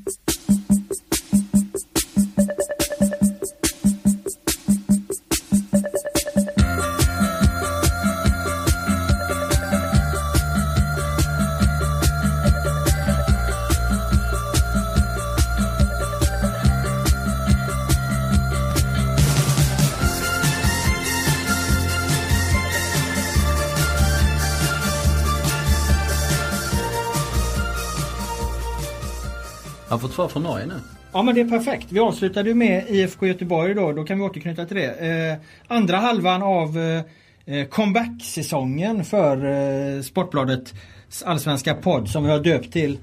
Jag har fått svar från Norge nu. Ja, men det är perfekt. Vi avslutade ju med IFK Göteborg då kan vi återknyta till det. Andra halvan av comeback-säsongen för Sportbladets allsvenska podd som vi har döpt till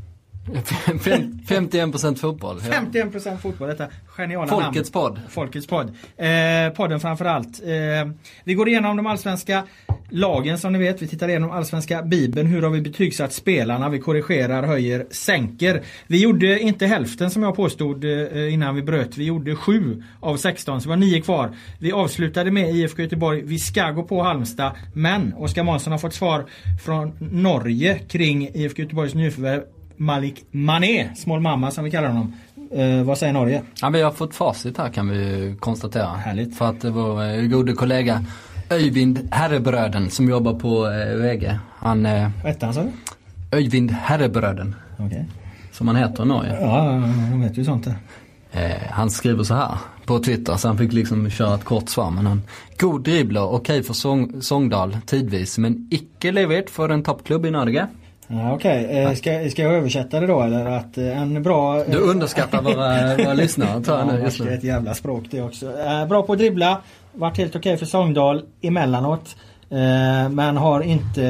51% fotboll. 51% fotboll, detta geniala Folkets namn. podd. Folkets podd. Podden framförallt. Vi går igenom de allsvenska lagen som ni vet. Vi tittar igenom allsvenska bibeln. Hur har vi betygsatt spelarna? Vi korrigerar, höjer, sänker. Vi gjorde inte hälften som jag påstod innan vi bröt. Vi gjorde 7 av 16. Så var 9 kvar. Vi avslutade med IFK Göteborg. Vi ska gå på Halmstad. Men Oskar Månsson har fått svar från Norge kring IFK Göteborgs nyförvärv Malik Mané, small mamma som vi kallar honom. Vad säger Norge? Ja, vi har fått facit här kan vi konstatera. Härligt. För att vår gode kollega Öyvind Herrebröden som jobbar på VG. Han Rätt han sa du? Öyvind Herrebröden. Okej. Som han heter i Norge. Ja, de vet ju sånt där. Han skriver så här på Twitter, så han fick liksom köra ett kort svar. Men han, god dribbler, okej för Sogndal tidvis, men icke levererat för en toppklubb i Norge. Ja, okej. Ska jag översätta det då? Eller att en bra... Du underskattar våra lyssnare. Det är ett jävla språk det också. Bra på att dribbla. Varit helt okej för Sogndal emellanåt. Men har inte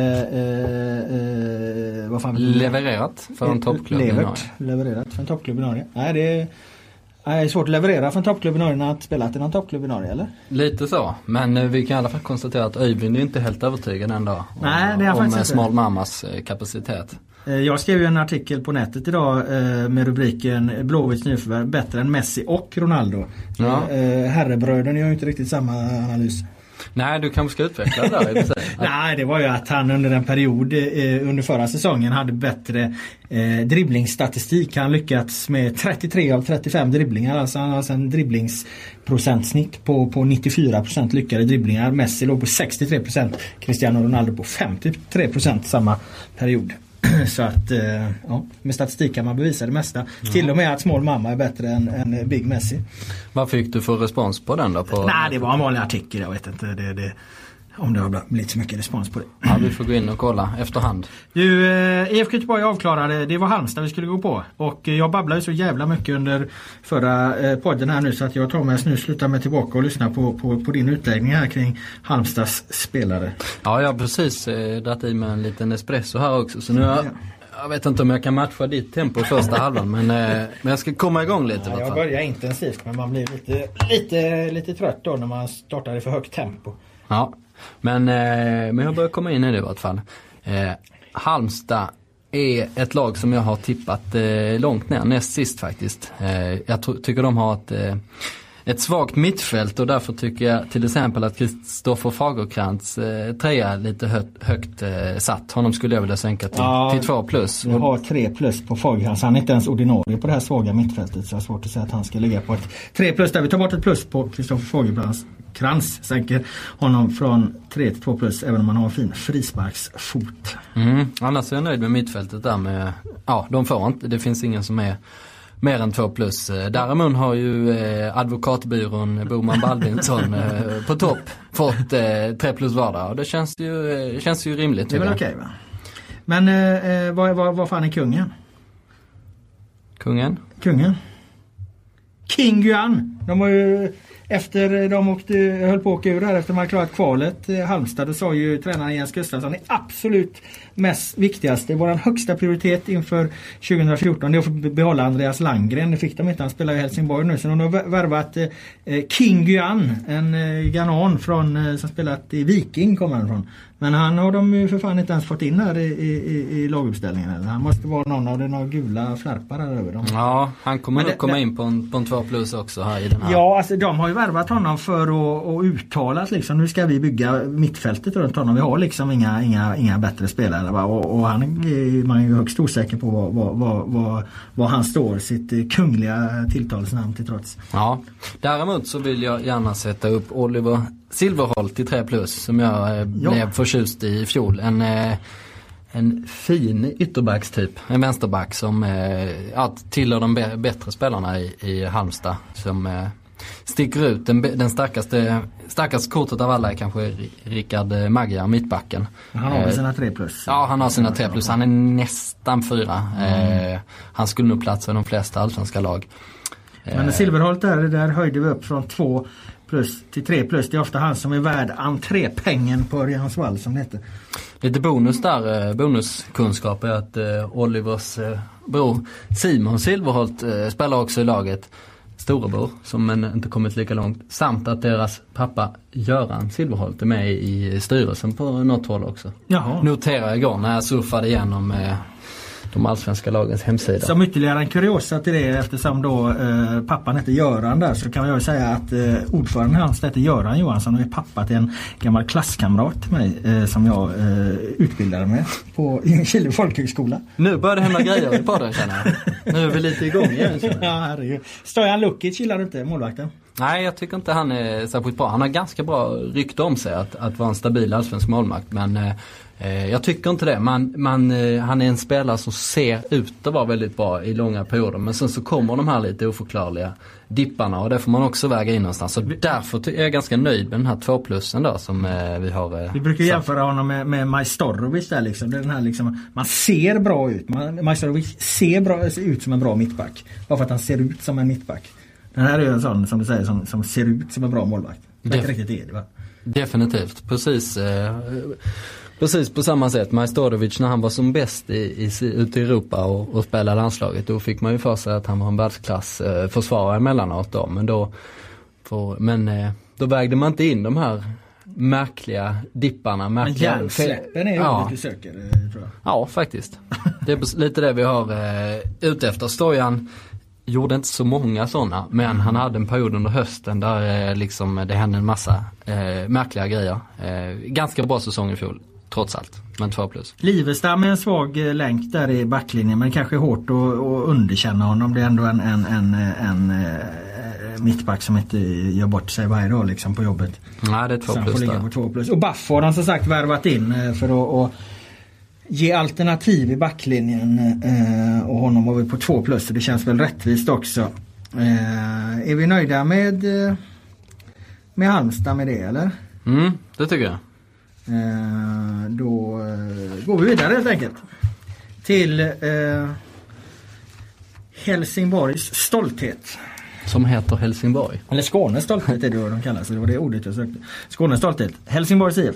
levererat för en toppklubb i Norge. Levererat för en toppklubb i Norge. Nej, det är svårt att leverera för en toppklubb i Norge när han spelat i någon toppklubb i Norge, eller? Lite så, men vi kan i alla fall konstatera att Öyvind är inte helt övertygad ändå. Nej, det är faktiskt inte. Small mammas kapacitet. Jag skrev ju en artikel på nätet idag med rubriken Blåvitts nyförvärv bättre än Messi och Ronaldo. Ja. Herrebröden gör ju inte riktigt samma analys. Nej, du kanske ska utveckla det där. Nej, det var ju att han under en period under förra säsongen hade bättre dribblingsstatistik. Han lyckats med 33 av 35 dribblingar. Alltså han har en dribblingsprocentsnitt på 94% lyckade dribblingar. Messi låg på 63%. Cristiano Ronaldo på 53% samma period. Så att, ja, med statistik kan man bevisa det mesta. Ja. Till och med att small mamma är bättre än Big Messi. Vad fick du för respons på den då? Nej, det var en vanlig artikel, jag vet inte om det har blivit så mycket respons på det. Ja, vi får gå in och kolla efterhand. Du, IFK Göteborg avklarade, det var Halmstad vi skulle gå på. Och jag babblade ju så jävla mycket under förra podden här nu så att jag tar mig nu slutar mig tillbaka och lyssna på din utläggning här kring Halmstads spelare. Ja, jag har precis dratt i med en liten espresso här också. Så nu jag vet inte om jag kan matcha ditt tempo i första halvan, men jag ska komma igång lite. Ja, jag börjar intensivt, men man blir lite trött då när man startar i för högt tempo. Ja, men jag börjar komma in i det i vart fall. Halmstad är ett lag som jag har tippat långt ner, näst sist faktiskt. Jag tycker de har ett svagt mittfält och därför tycker jag till exempel att Kristoffer Fagerkrantz trea lite högt satt. Honom skulle jag vilja sänka till 2+. Jag har 3+ på Fagerkrantz. Han är inte ens ordinarie på det här svaga mittfältet, så jag har svårt att säga att han ska ligga på ett 3+ där. Vi tar bort ett plus på Kristoffer Fagerkrantz, sänker honom från 3 till 2+, även om man har en fin frisparksfot. Annars är jag nöjd med mittfältet där med, de får inte, det finns ingen som är mer än 2+. Däremot har ju advokatbyrån Boman Baldinsson på topp fått 3+ vardag. Och det känns ju rimligt. Det är väl okej, va? Men vad fan är kungen? Kungen? King Yuan. De var ju efter de höll på att åka ur här efter man klarat kvalet Halmstad, då sa ju tränaren Jens Gustafsson, det absolut mest viktigaste, vår högsta prioritet inför 2014, det är att få behålla Andreas Landgren. Det fick de inte, han spelar i Helsingborg nu, så de har värvat King Yuan, en ghanan som spelat i Viking kommer han från. Men han har de ju för fan inte ens fått in här i laguppställningen. Eller? Han måste vara någon av de gula flärpar här över dem. Ja, han kommer nog komma in på en 2+ också här i den här. Ja, alltså de har ju värvat honom för att uttala liksom, nu ska vi bygga mittfältet runt honom. Vi har liksom inga bättre spelare. Va? Och man är ju högst osäker på vad han står, sitt kungliga tilltalsnamn till trots. Ja, däremot så vill jag gärna sätta upp Oliver Silverholt i 3+ som jag blev förtjust i fjol. En fin ytterbackstyp, en vänsterback som tillhör de bättre spelarna i Halmstad, som sticker ut. Den starkaste kortet av alla är kanske Rickard Magyar, mittbacken. Han har sina 3+. Ja, han har sina 3+. Han är nästan 4. Han skulle nog platsa i de flesta allsvenska lag. Men Silverholt där höjde vi upp från 2+ till 3+. Det är ofta han som är värd entrépengen på Örjansvall, som det heter. Lite bonuskunskap är att Olivers bror Simon Silverholt spelar också i laget, storebror, som inte kommit lika långt, samt att deras pappa Göran Silverholt är med i styrelsen på något håll också. Jaha. Noterar jag igår när jag surfade igenom de allsvenska lagens hemsida. Som ytterligare en kuriosa till det, eftersom då pappan heter Göran där, så kan jag ju säga att ordföranden hans heter Göran Johansson och är pappa till en gammal klasskamrat till mig som jag utbildade med på Ljungskile folkhögskola. Nu börjar det hända grejer på den, känner jag. Nu är vi lite igång igen. Ja, herregud. Stojan Lukic gillar du inte, målvakten? Nej, jag tycker inte han är särskilt bra. Han har ganska bra rykte om sig att vara en stabil allsvensk målvakt, men jag tycker inte det. Han är en spelare som ser ut att vara väldigt bra i långa perioder, men sen så kommer de här lite oförklarliga dipparna och det får man också väga in någonstans. Så därför är jag ganska nöjd med den här 2+ då som vi har. Vi brukar jämföra honom med Majstorovic där liksom. Det är den här liksom, man ser bra ut. Majstorovic ser ut som en bra mittback. Bara för att han ser ut som en mittback. Den här är ju en sån, som du säger, som ser ut som en bra målvakt. Riktigt är det, va? Definitivt, precis på samma sätt. Majstorovic, när han var som bäst ute i Europa och spelade landslaget, då fick man ju för sig att han var en världsklass försvarare emellanåt då. Men då vägde man inte in de här märkliga dipparna. Men hjärnsläppen är ju ordet du söker, tror jag. Ja, faktiskt. Det är lite det vi har ute efter. Stojan gjorde inte så många sådana, men han hade en period under hösten där liksom det hände en massa märkliga grejer. Ganska bra säsong i fjol, trots allt, men 2+. Livestam är en svag länk där i backlinjen, men det kanske är hårt att underkänna honom. Det är ändå en mittback som inte gör bort sig varje dag liksom på jobbet. Nej, det är 2+. Så han får ligga på 2+. Och Baff har han som sagt värvat in för att ge alternativ i backlinjen, och honom var vi på 2+, så det känns väl rättvist också. Är vi nöjda med Halmstad med det, eller? Det tycker jag. Då går vi vidare helt enkelt till Helsingborgs stolthet. Som heter Helsingborg. Eller Skånes stolthet är det vad de kallar sig. Det var det ordet jag sökte. Skånes stolthet. Helsingborgs IF.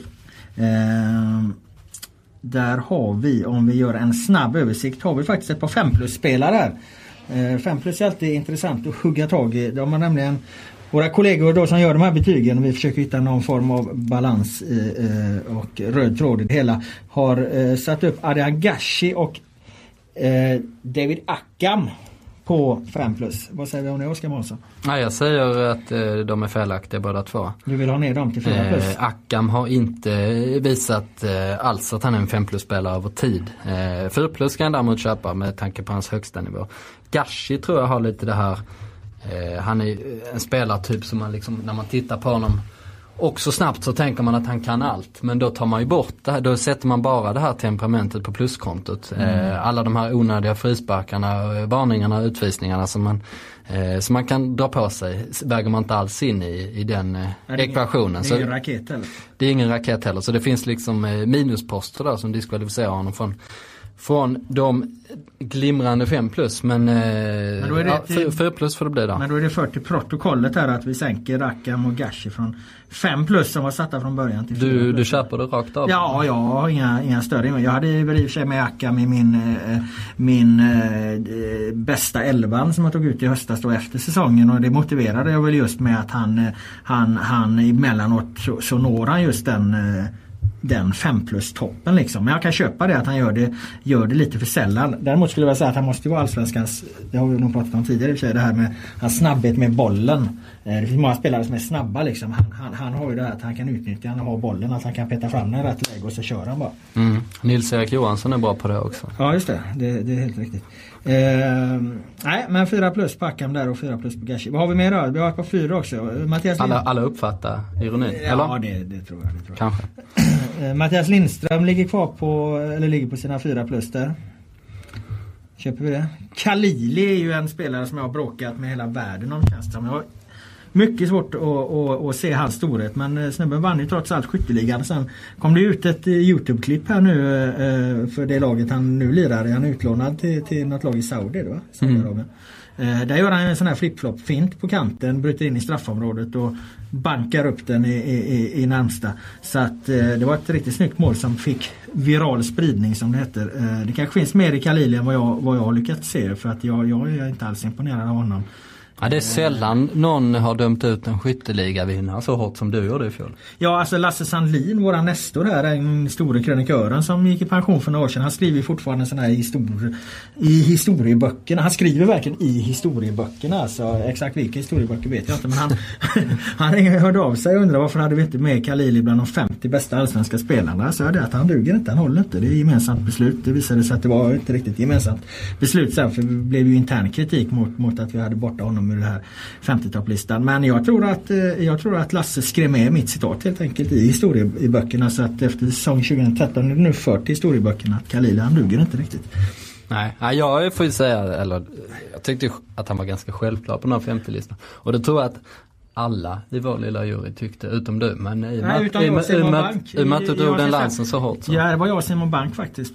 Där har vi, om vi gör en snabb översikt, har vi faktiskt ett par 5+-spelare här. 5+ är alltid intressant att hugga tag i. De har nämligen våra kollegor då som gör de här betygen, och vi försöker hitta någon form av balans och röd tråd i det hela, har satt upp Adrian Gashi och David Akam på 5+. Vad säger vi om det, Oskar Månsson? Nej, jag säger att de är felaktiga båda två. Du vill ha ner dem till 4+? Akam har inte visat alls att han är en 5+-spelare över tid. 4+ kan han däremot köpa med tanke på hans högsta nivå. Gashi tror jag har lite det här. Han är en spelartyp som man liksom, när man tittar på honom också snabbt så tänker man att han kan allt. Men då tar man ju bort det här, då sätter man bara det här temperamentet på pluskontot. Alla de här onödiga frisparkarna, varningarna, utvisningarna som man kan dra på sig väger man inte alls in i den ekvationen. Det är ingen raket heller. Det är ingen raket heller. Så det finns liksom minusposter där som diskvalificerar honom från de glimrande 5+, men 4+ får det bli då. Men då är det för till protokollet här att vi sänker Akam och Gashi från 5+ som var satta från början till 4+. Du köper det rakt av? Ja, jag har inga större. Jag hade väl i och för sig med Akam i min bästa 11 som jag tog ut i höstas då efter säsongen, och det motiverade jag väl just med att han emellanåt så når han just den den 5+-toppen liksom. Men jag kan köpa det att han gör det lite för sällan. Däremot skulle jag säga att han måste vara allsvenskans, det har vi nog pratat om tidigare i och för sig, det här med hans snabbhet med bollen. Det finns många spelare som är snabba liksom. Han har ju det här att han kan utnyttja, han har bollen, att han kan peta fram den i rätt läge och så kör han bara. Nils-Erik Johansson är bra på det också. Ja just det, det är helt riktigt. Nej, men 4+ på Akam där och 4+ på Gashi. Vad har vi mer då? Vi har ett par 4 också. Mattias alla uppfattar ironin, eller? Ja, det tror jag. Kanske. Mattias Lindström ligger på sina 4+ där. Köper vi det? Khalili är ju en spelare som jag har bråkat med hela världen om, känns det. Jag har mycket svårt att se hans storhet, men snubben vann ju trots allt skytteligan. Sen kom det ut ett YouTube-klipp här nu för det laget han nu lirar. Han är utlånad till något lag i Saudi då, Saudiarabien. Där gör han en sån här flip-flop fint på kanten, bryter in i straffområdet och bankar upp den i närmsta. Så att det var ett riktigt snyggt mål som fick viral spridning, som det heter. Det kanske finns mer i Khalili än vad jag har lyckats se, för att jag är inte alls imponerad av honom. Ja, det är sällan någon har dömt ut en skytteligavinnare så hårt som du gjorde i fjol. Ja, alltså Lasse Sandlin, våran nästor här, den stora krönikören som gick i pension för några år sedan, han skriver fortfarande sådana här i historieböckerna. Han skriver verkligen i historieböckerna, alltså exakt vilka historieböcker vet jag inte, men han hörde av sig och undrade varför hade vi inte med Khalili bland de 50 bästa allsvenska spelarna. Så det att han duger inte, han håller inte. Det är gemensamt beslut. Det visade sig att det var inte riktigt gemensamt beslut sen, för det blev ju intern kritik mot att vi hade borta honom ur det här 50-topplistan. Men jag tror att Lasse skrev med mitt citat helt enkelt i historieböckerna, så att efter säsong 2013 är det nu fört till historieböckerna att Khalili, han duger inte riktigt. Nej, jag får ju säga, jag tyckte att han var ganska självklar på den här 50-listan. Och det tror jag att alla i vår lilla jury tyckte, utom du. Men i och med att du drog den lansen så hårt. Så. Ja, det var jag och Simon Bank faktiskt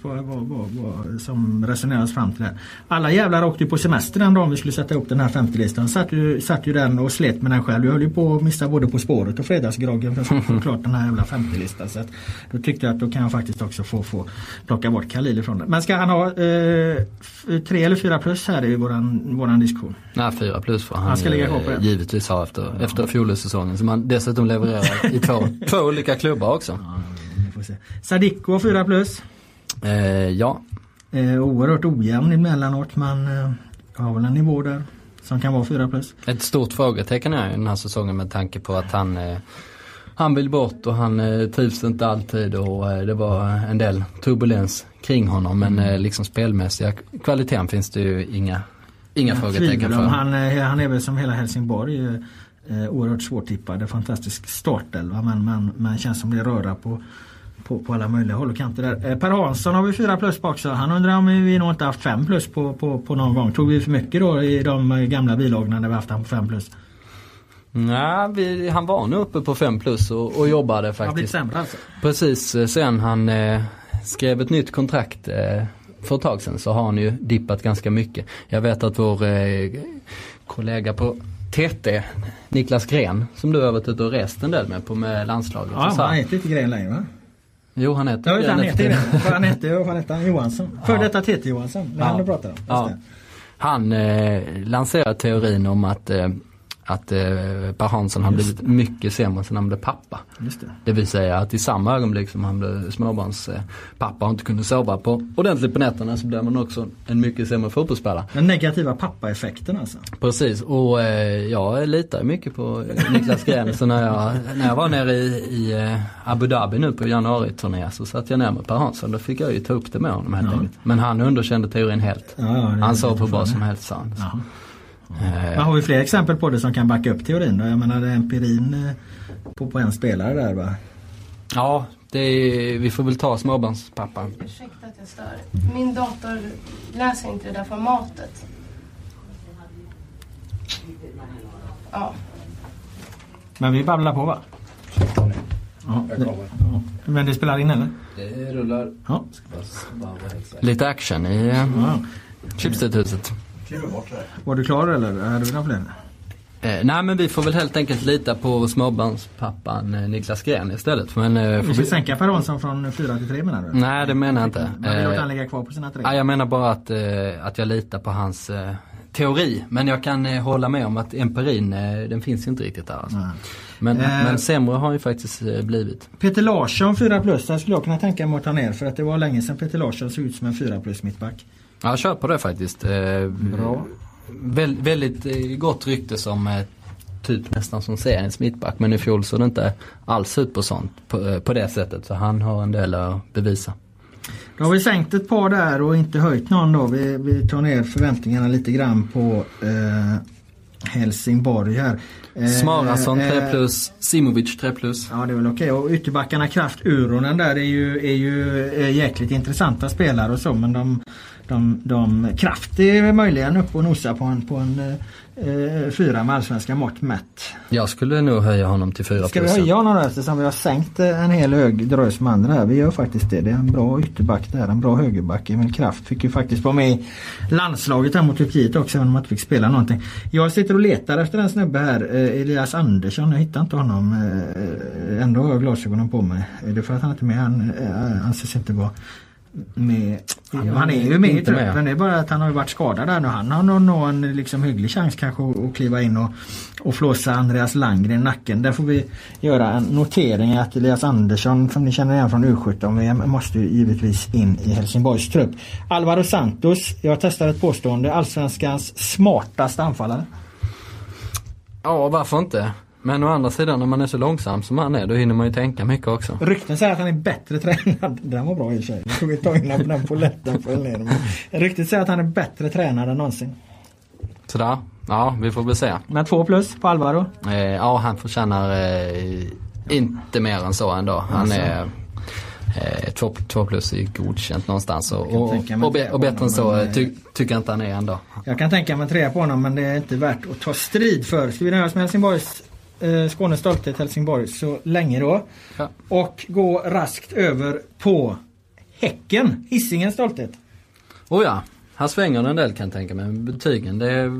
som resonerades fram till det. Alla jävlar åkte på semester den dagen vi skulle sätta upp den här 50-listan. Satt ju den och slet med den själv. Jag höll ju på att missa både På spåret och Fredagsgroggen för att få klart den här jävla 50-listan. Så att då tyckte jag att då kan jag faktiskt också få plocka bort Khalili från det. Men ska han ha 3 eller 4+ här i våran diskussion? Nej, 4+ för han ska ligga kvar på det. Givetvis ha efter fjolårssäsongen, som man dessutom levererar i två olika klubbar också. Ja, vi får se. Sadiko 4+. Ja. Oerhört ojämn emellanåt, men har väl en nivå där som kan vara 4+. Ett stort frågetecken är den här säsongen med tanke på att han vill bort och han trivs inte alltid och det var en del turbulens kring honom, men liksom spelmässiga kvaliteten finns det ju inga frågetecken för. Han är väl som hela Helsingborg oerhört svårtippad, fantastisk startelva, men känns som det röra på alla möjliga håll och kanter där. Per Hansson har vi 4+ på också. Han undrar om vi nog inte haft 5+ på någon gång. Tog vi för mycket då i de gamla bilagorna när vi haft han på 5+? Nej, han var nu uppe på 5+ och jobbade faktiskt. Han blivit sämre alltså? Precis, sen han skrev ett nytt kontrakt för ett tag sedan, så har han ju dippat ganska mycket. Jag vet att vår kollega på TT, Niklas Gren, som du har varit ute och rest en del med landslaget. Ja, han heter inte Gren längre, va? Jo, han heter Gren. Han heter Johansson. För detta TT Johansson. Det han du pratar om. Ja. Han lanserade teorin om att Per Hansson har blivit mycket sämre sen han blev pappa. Just det. Det vill säga att i samma ögonblick som han blev småbarns pappa och inte kunde sova ordentligt på nätterna, så blev man också en mycket sämre fotbollsspelare. Den negativa pappa-effekten alltså. Precis, och jag litar mycket på Niklas Gren. Så när jag var nere i Abu Dhabi nu på januari-turné, så satt jag ner med Per Hansson. Då fick jag ju ta upp det med honom helt enkelt. Men han underkände teorin helt. Han sa på bra som helst, sant. Man har ju fler exempel på det som kan backa upp teorin då. Jag menar, det är empirin på en spelare där, va? Ja, vi får väl ta småbarnspappan. Ursäkta att jag stör. Min dator läser inte det där formatet. Ja. Men vi babblar på, va? Ja, men det spelar in, eller? Det rullar. Ja. Lite action i Schibsted-huset. Var du klar eller är du några fler? Nej, men vi får väl helt enkelt lita på småbarnspappan Niklas Gren istället. Men, vi ska sänka Per Hansson från 4 till 3, menar du? Nej, det menar jag inte. Man vill att han lägga kvar på sina 3. Jag menar bara att jag litar på hans teori, men jag kan hålla med om att empirin, den finns ju inte riktigt där alltså. Men sämre har ju faktiskt blivit. Peter Larsson 4+, där skulle jag kunna tänka mig att ta ner, för att det var länge sedan Peter Larsson såg ut som en 4+ mittback. Ja, jag kör på det faktiskt. Bra. Väldigt gott rykte som typ nästan som seriens mittback, men i fjol så det inte alls ut på sånt på det sättet, så han har en del att bevisa. Då har vi sänkt ett par där och inte höjt någon då. Vi tar ner förväntningarna lite grann på Helsingborg här. Smarason 3+, Simovic 3+. Ja, det är väl okej. Och ytterbackarna Kraft Uronen där är ju jäkligt intressanta spelare och så, men de Kraft är möjligen upp och nosa på en 4 med allsvenska mått mätt. Jag skulle nog höja honom till 4+. Ska vi höja honom då, eftersom vi har sänkt en hel hög drös med andra här? Vi gör faktiskt det. Det är en bra ytterback där, en bra högerback. Men Kraft fick ju faktiskt vara med i landslaget här mot Turkiet också, även om man inte fick spela någonting. Jag sitter och letar efter en snubbe här, Elias Andersson. Jag hittar inte honom. Ändå har jag glasögonen på mig. Är det för att han inte är med? Han anses inte vara med. Han är ju med i truppen. Det är bara att han har varit skadad där nu. Han har nog en liksom hygglig chans kanske att kliva in och flåsa Andreas Landgren i nacken. Där får vi göra en notering att Elias Andersson, som ni känner igen från U17, måste ju givetvis in i Helsingborgs trupp. Alvaro Santos, jag testar ett påstående, allsvenskans smartaste anfallare. Ja, varför inte? Men å andra sidan, när man är så långsam som han är, då hinner man ju tänka mycket också. Rykten säger att han är bättre tränad. Den var bra i sig. Jag tog ett tag innan den på lätten för ner. Ryktet säger att han är bättre tränad än någonsin. Sådär. Ja, vi får väl se. Men 2+ på Alvaro? Ja, han förtjänar inte mer än så ändå. Han är 2+ är godkänt någonstans. Och bättre än så tycker jag inte han är ändå. Jag kan tänka mig 3 på honom, men det är inte värt att ta strid för. Ska vi nöja oss med Helsingborgs Skånes stolthet Helsingborg så länge då. Ja. Och gå raskt över på Häcken, Hisingens stolthet. Oh ja, här svänger en del kan jag tänka mig. Betygen, det är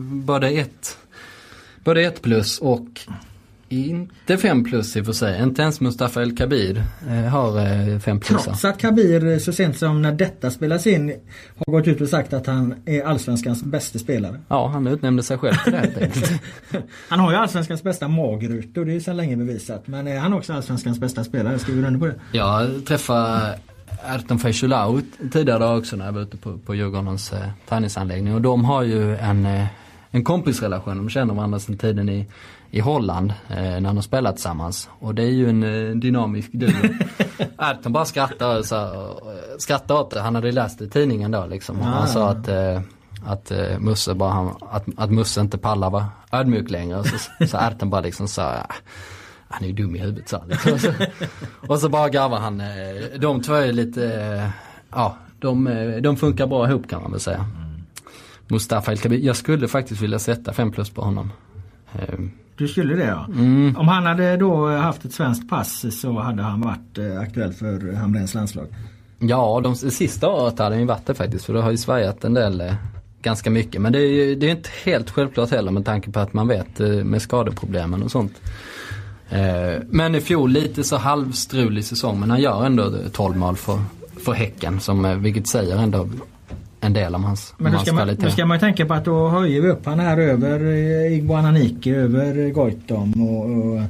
både 1+ och inte 5+ i och för sig. Inte ens Mustafa El Kabir har 5+. Trots att Kabir så sent som när detta spelas in har gått ut och sagt att han är allsvenskans bästa spelare. Ja, han utnämnde sig själv till det. Han har ju allsvenskans bästa magrutor och det är ju så länge bevisat. Men är han också allsvenskans bästa spelare? Ska vi runda på det? Jag träffade Erton Feijulau tidigare också när jag var ute på Djurgårdens träningsanläggning. Och de har ju en kompisrelation. De känner varandra sedan tiden i Holland när de spelat tillsammans. Och det är ju en dynamisk duo. Erton bara skrattar åt det. Han hade läst det i tidningen då liksom. Och han sa att Musse bara att Musse inte pallar var ödmjuk längre. Så Erton bara liksom sa han är ju dum i huvudet så liksom. Och så bara garvar han. De två är lite de funkar bra ihop kan man väl säga. Mustafa El Kabir. Jag skulle faktiskt vilja sätta 5+ på honom. Du skulle det, ja. Om han hade då haft ett svenskt pass så hade han varit aktuell för Hamrens landslag. Ja, de sista året hade han ju varit det faktiskt. För då har ju svajat en del ganska mycket. Men det är inte helt självklart heller med tanke på att man vet med skadeproblemen och sånt. Men i fjol lite så halvstrulig säsong. Men han gör ändå 12 mål för Häcken. Vilket säger ändå en del av hans kvalitet. Nu ska man ju tänka på att då höjer vi upp han här över Igbo Ananike, över Goitom och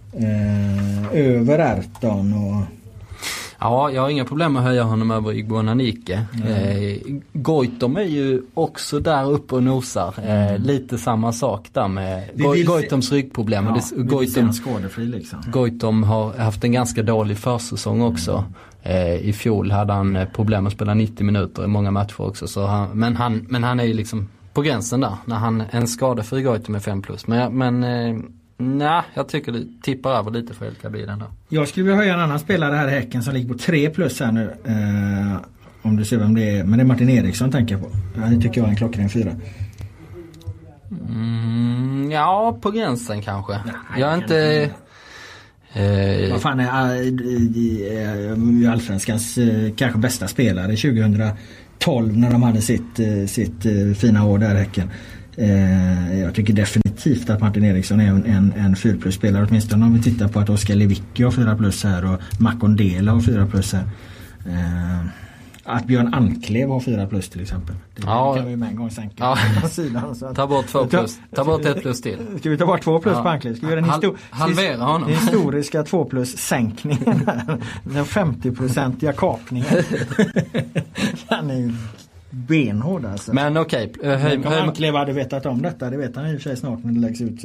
över Erton och... Ja, jag har inga problem med att höja honom över Igbo Ananike. Goitom är ju också där uppe och nosar. Lite samma sak där med Goitoms ryggproblem. Liksom. Goitom har haft en ganska dålig försäsong också. I fjol hade han problem att spela 90 minuter i många matcher också. Men han är ju liksom på gränsen där. När han en skadefri Goitom med 5+. Men nej, jag tycker det tippar över lite för El Kabir där. Jag skulle vilja höja en annan spelare här i Häcken som ligger på 3+ här nu. Om du ser vem det är. Men det är Martin Eriksson tänker jag på. Det tycker jag är en klockren 4. Ja, på gränsen kanske. Nej, jag är inte... Vad fan är allsvenskans kanske bästa spelare 2012 när de hade sitt fina år där i Häcken. Jag tycker definitivt att Martin Eriksson är en 4+-spelare, åtminstone om vi tittar på att Oskar Lewicki har 4+ här och Makondela har 4+ här. att Björn Anklev har 4+ till exempel. Det kan vi med en gång sänka på sidan. Så att, ta bort 2+. Ta bort 1+ till. Ska vi ta bort 2+ på Anklev? Ska vi göra halvera honom. Den historiska 2+ sänkningen här. Den 50-procentiga kapningen. Den är ju benhård alltså. Men okej. Anklev hade vetat om detta. Det vet han i och för sig snart när det läggs ut så.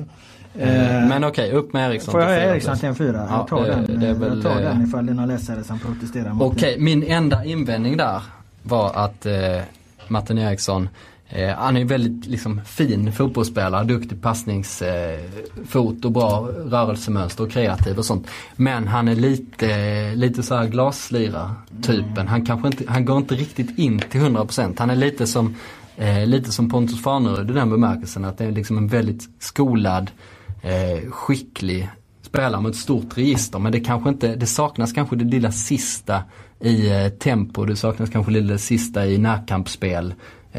Men okej, upp med Eriksson. Får jag Eriksson till en 4? Ja, jag tar den ifall det är någon läsare som protesterar mot det. Min enda invändning där var att Martin Eriksson, han är väldigt liksom fin fotbollsspelare, duktig passningsfot och bra rörelsemönster och kreativ och sånt. Men han är lite så här glasslira typen. Han går inte riktigt in till 100%. Han är lite som Pontus Farnerud i den bemärkelsen att det är liksom en väldigt skolad, skicklig spelare med ett stort register, men det saknas kanske det lilla sista i tempo, det saknas kanske det lilla sista i närkampsspel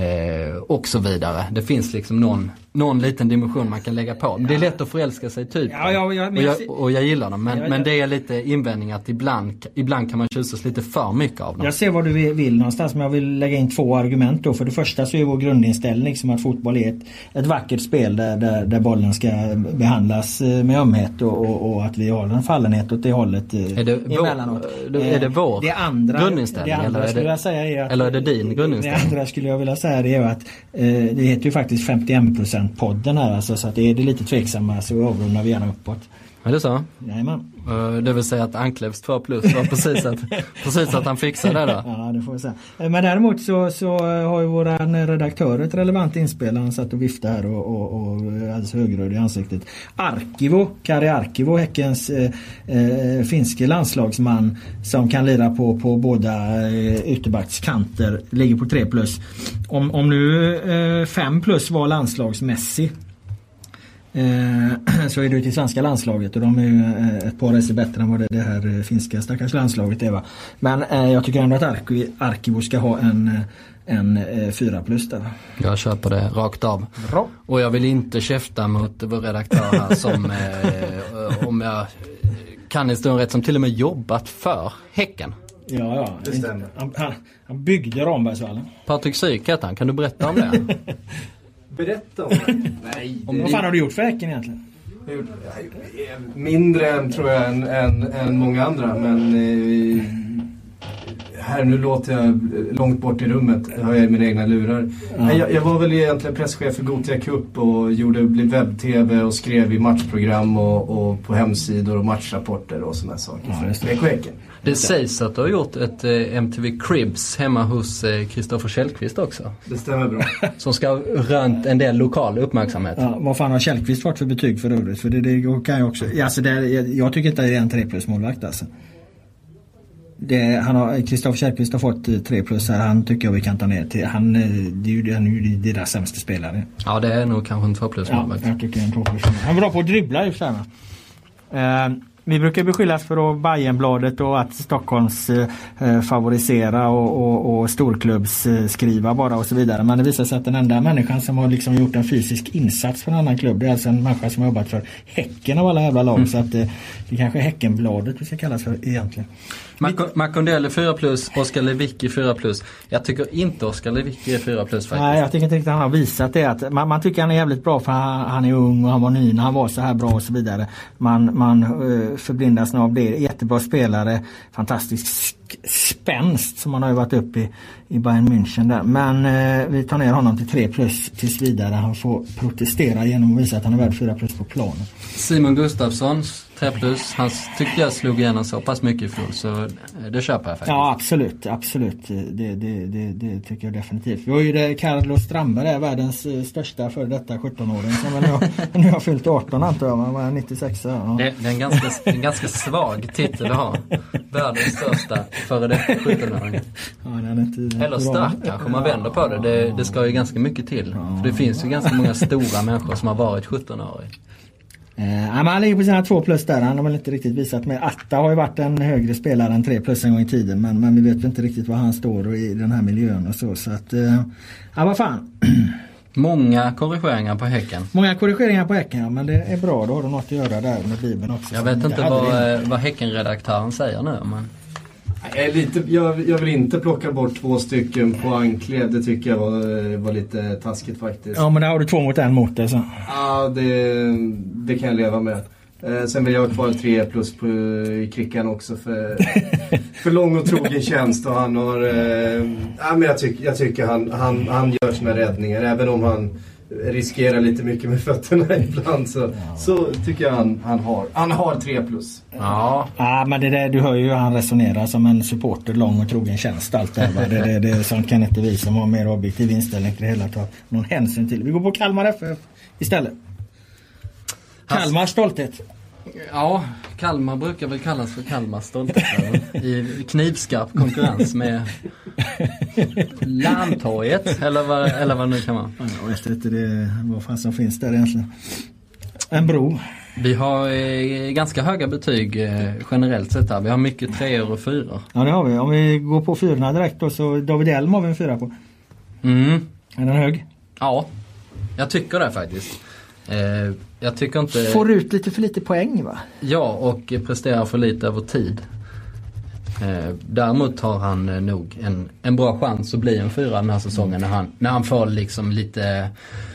och så vidare. Det finns liksom någon liten dimension man kan lägga på. Men det är lätt att förälska sig typ. Och jag gillar dem. Men det är lite invändning att ibland kan man tjusas lite för mycket av dem. Jag ser vad du vill någonstans, men jag vill lägga in 2 argument då. För det första så är vår grundinställning som att fotboll är ett vackert spel där bollen ska behandlas med ömhet och att vi har en fallenhet åt det hållet emellanåt. Är det vår grundinställning? Eller är det din grundinställning? Det andra skulle jag vilja säga det är att det heter ju faktiskt 51%-podden här alltså, så att är det lite tveksamma så avrundar vi gärna uppåt. Är det så? Jajamän. Det vill säga att Anklevs 2+ var precis att han fixade det då. Ja, det får vi säga. Men däremot så har ju våran redaktör ett relevant inspel. Han satt och viftade här och alldeles högröd i ansiktet. Kari Arkivo, Häckens finske landslagsman som kan lira på båda ytterbackskanter, ligger på 3+. Om nu 5+ var landslagsmässig, så är det till svenska landslaget och de är ju ett par racer bättre än vad det här finska stackars landslaget är, va? Men jag tycker ändå att Arkivo ska ha en 4+ där. Jag köper det rakt av. Bra. Och jag vill inte käfta mot vår redaktör här som om jag kan historien rätt, som till och med jobbat för Häcken. Ja. Det stämmer. Han byggde Rambergsvallen. Patrik Syk heter han. Kan du berätta om det? Berätta om det? Nej. Vad fan har du gjort för Häcken egentligen? Mindre än, tror jag, än många andra. Men här nu låter jag långt bort i rummet. Har jag mina egna lurar. Ja. Jag var väl egentligen presschef för Gothia Cup och blev webb-tv och skrev i matchprogram och på hemsidor och matchrapporter och såna saker. Ja, det sägs att du har gjort ett MTV Cribs hemma hos Kristoffer Källqvist också. Det stämmer bra. Som ska rönt en del lokal uppmärksamhet. Ja, vad fan har Källqvist fått för betyg för övrigt? För det kan jag också. Alltså jag tycker inte att det är en 3+ målvakt alltså. Kristoffer Källqvist har fått 3+ här. Han tycker jag vi kan ta ner till. Han är ju deras sämsta spelare. Ja, det är nog kanske en 2+ målvakt. Ja, jag tycker en 2+. Han är bra på att dribbla i och för sig. Vi brukar beskyllas för att Bajenbladet och att Stockholms favorisera och storklubbs skriva bara och så vidare. Men det visar sig att den enda människan som har liksom gjort en fysisk insats för en annan klubb, det är alltså en människa som har jobbat för Häcken av alla jävla lag. Så att det kanske är Häckenbladet vi ska kallas för egentligen. Makondell är 4+, Oskar Lewicki 4+. Jag tycker inte Oskar Lewicki är 4+ faktiskt. Nej, jag tycker inte riktigt att han har visat det. Att man tycker han är jävligt bra för han är ung och han var ny när han var så här bra och så vidare. Man förblindas av det. Jättebra spelare, fantastisk spänst som han har ju varit upp i Bayern München där. Men vi tar ner honom till 3+ tills vidare. Han får protestera genom att visa att han är värd 4+ på planen. Simon Gustafsson 3+, han tyckte jag slog igenom så pass mycket i fjol, så det köper jag faktiskt. Ja, absolut. Det tycker jag definitivt. Vi har ju det Carlos Strandberg, är världens största för detta 17-åring som nu har fyllt 18 antar jag, man var 96. Ja. Det är en ganska svag titel att ha. Världens största före detta 17-åring. Ja, eller stark kanske, man vänder på det. Det ska ju ganska mycket till. För det finns ju ganska många stora människor som har varit 17-åring. Han ligger på sina 2+ där. Han har väl inte riktigt visat, men Atta har ju varit en högre spelare än 3+ en gång i tiden, men vi vet inte riktigt var han står i den här miljön och så att vad fan. Många korrigeringar på Häcken. Ja, men det är bra, då har du något att göra där med Bibeln också. Jag vet inte vad Häckenredaktören säger nu, men Jag vill inte plocka bort 2 stycken på Anklev. Det tycker jag var lite taskigt faktiskt. Ja, men där har du 2 mot 1 mot det så. Ja, det kan jag leva med. Sen vill jag ha kvar 3 plus i Krickan också för lång och trogen tjänst. Och han har... men jag tycker han gör sina räddningar. Även om han riskerar lite mycket med fötterna ibland så tycker jag han har 3 plus. Ja, men det där, du hör ju hur han resonerar som en supporter, lång och trogen tjänst. Allt det det sånt kan inte vi som har mer objektiv inställning till det hela ta någon hänsyn till. Vi går på Kalmar FF istället. Kalmars stolthet. Ja, Kalmar brukar väl kallas för Kalmars stolthet i knivskarp konkurrens med Landtorget eller vad det nu kan vara. Jag vet inte vad fan som finns där egentligen. En bro. Vi har ganska höga betyg generellt sett här. Vi har mycket 3 och 4. Ja, det har vi. Om vi går på 4 direkt då, så David Elm har vi en 4 på. Är den hög? Ja, jag tycker det faktiskt. Jag tycker inte... Får ut lite för lite poäng, va? Ja, och presterar för lite över tid. Däremot har han nog en bra chans att bli en 4 den här säsongen när han får liksom lite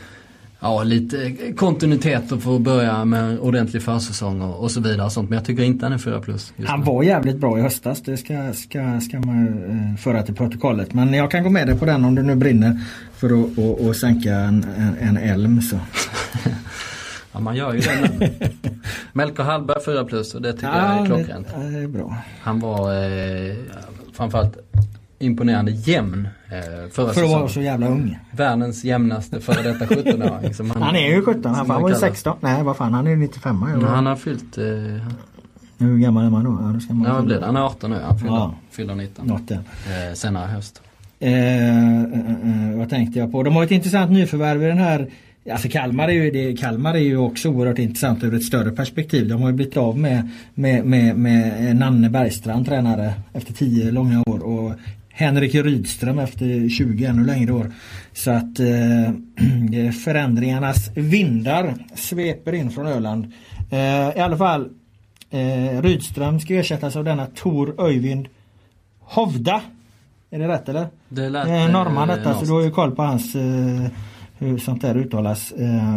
kontinuitet och får börja med ordentlig försäsong och så vidare och sånt. Men jag tycker inte han är 4 plus. Han var jävligt bra i höstas. Det ska man föra till protokollet. Men jag kan gå med dig på den om det nu brinner för att sänka en Elm så. Ja, man gör ju det nu. Melker Hallberg 4 plus och det tycker jag är klockrent. Det är bra. Han var framförallt imponerande jämn förra säsongen. För att vara så jävla ung. Världens jämnaste före detta 17-åring. Han är ju 17, han var ju 16. Nej, vad fan, han är 95. Han har fyllt... Hur gammal är man då? Vad blir det? Han är 18 nu, han fyller 19. Senare höst. Vad tänkte jag på? De har ett intressant nyförvärv i den här... Alltså Kalmar är ju också oerhört intressant ur ett större perspektiv. De har ju blivit av med Nanne Bergstrand, tränare, efter 10 långa år, och Henrik Rydström efter 20 ännu längre år. Så att förändringarnas vindar sveper in från Öland. I alla fall Rydström ska ersättas av denna Tor Öyvind Hovda. Är det rätt eller? Det lät norrman detta, så du har ju koll på hans hur sånt där uttalas.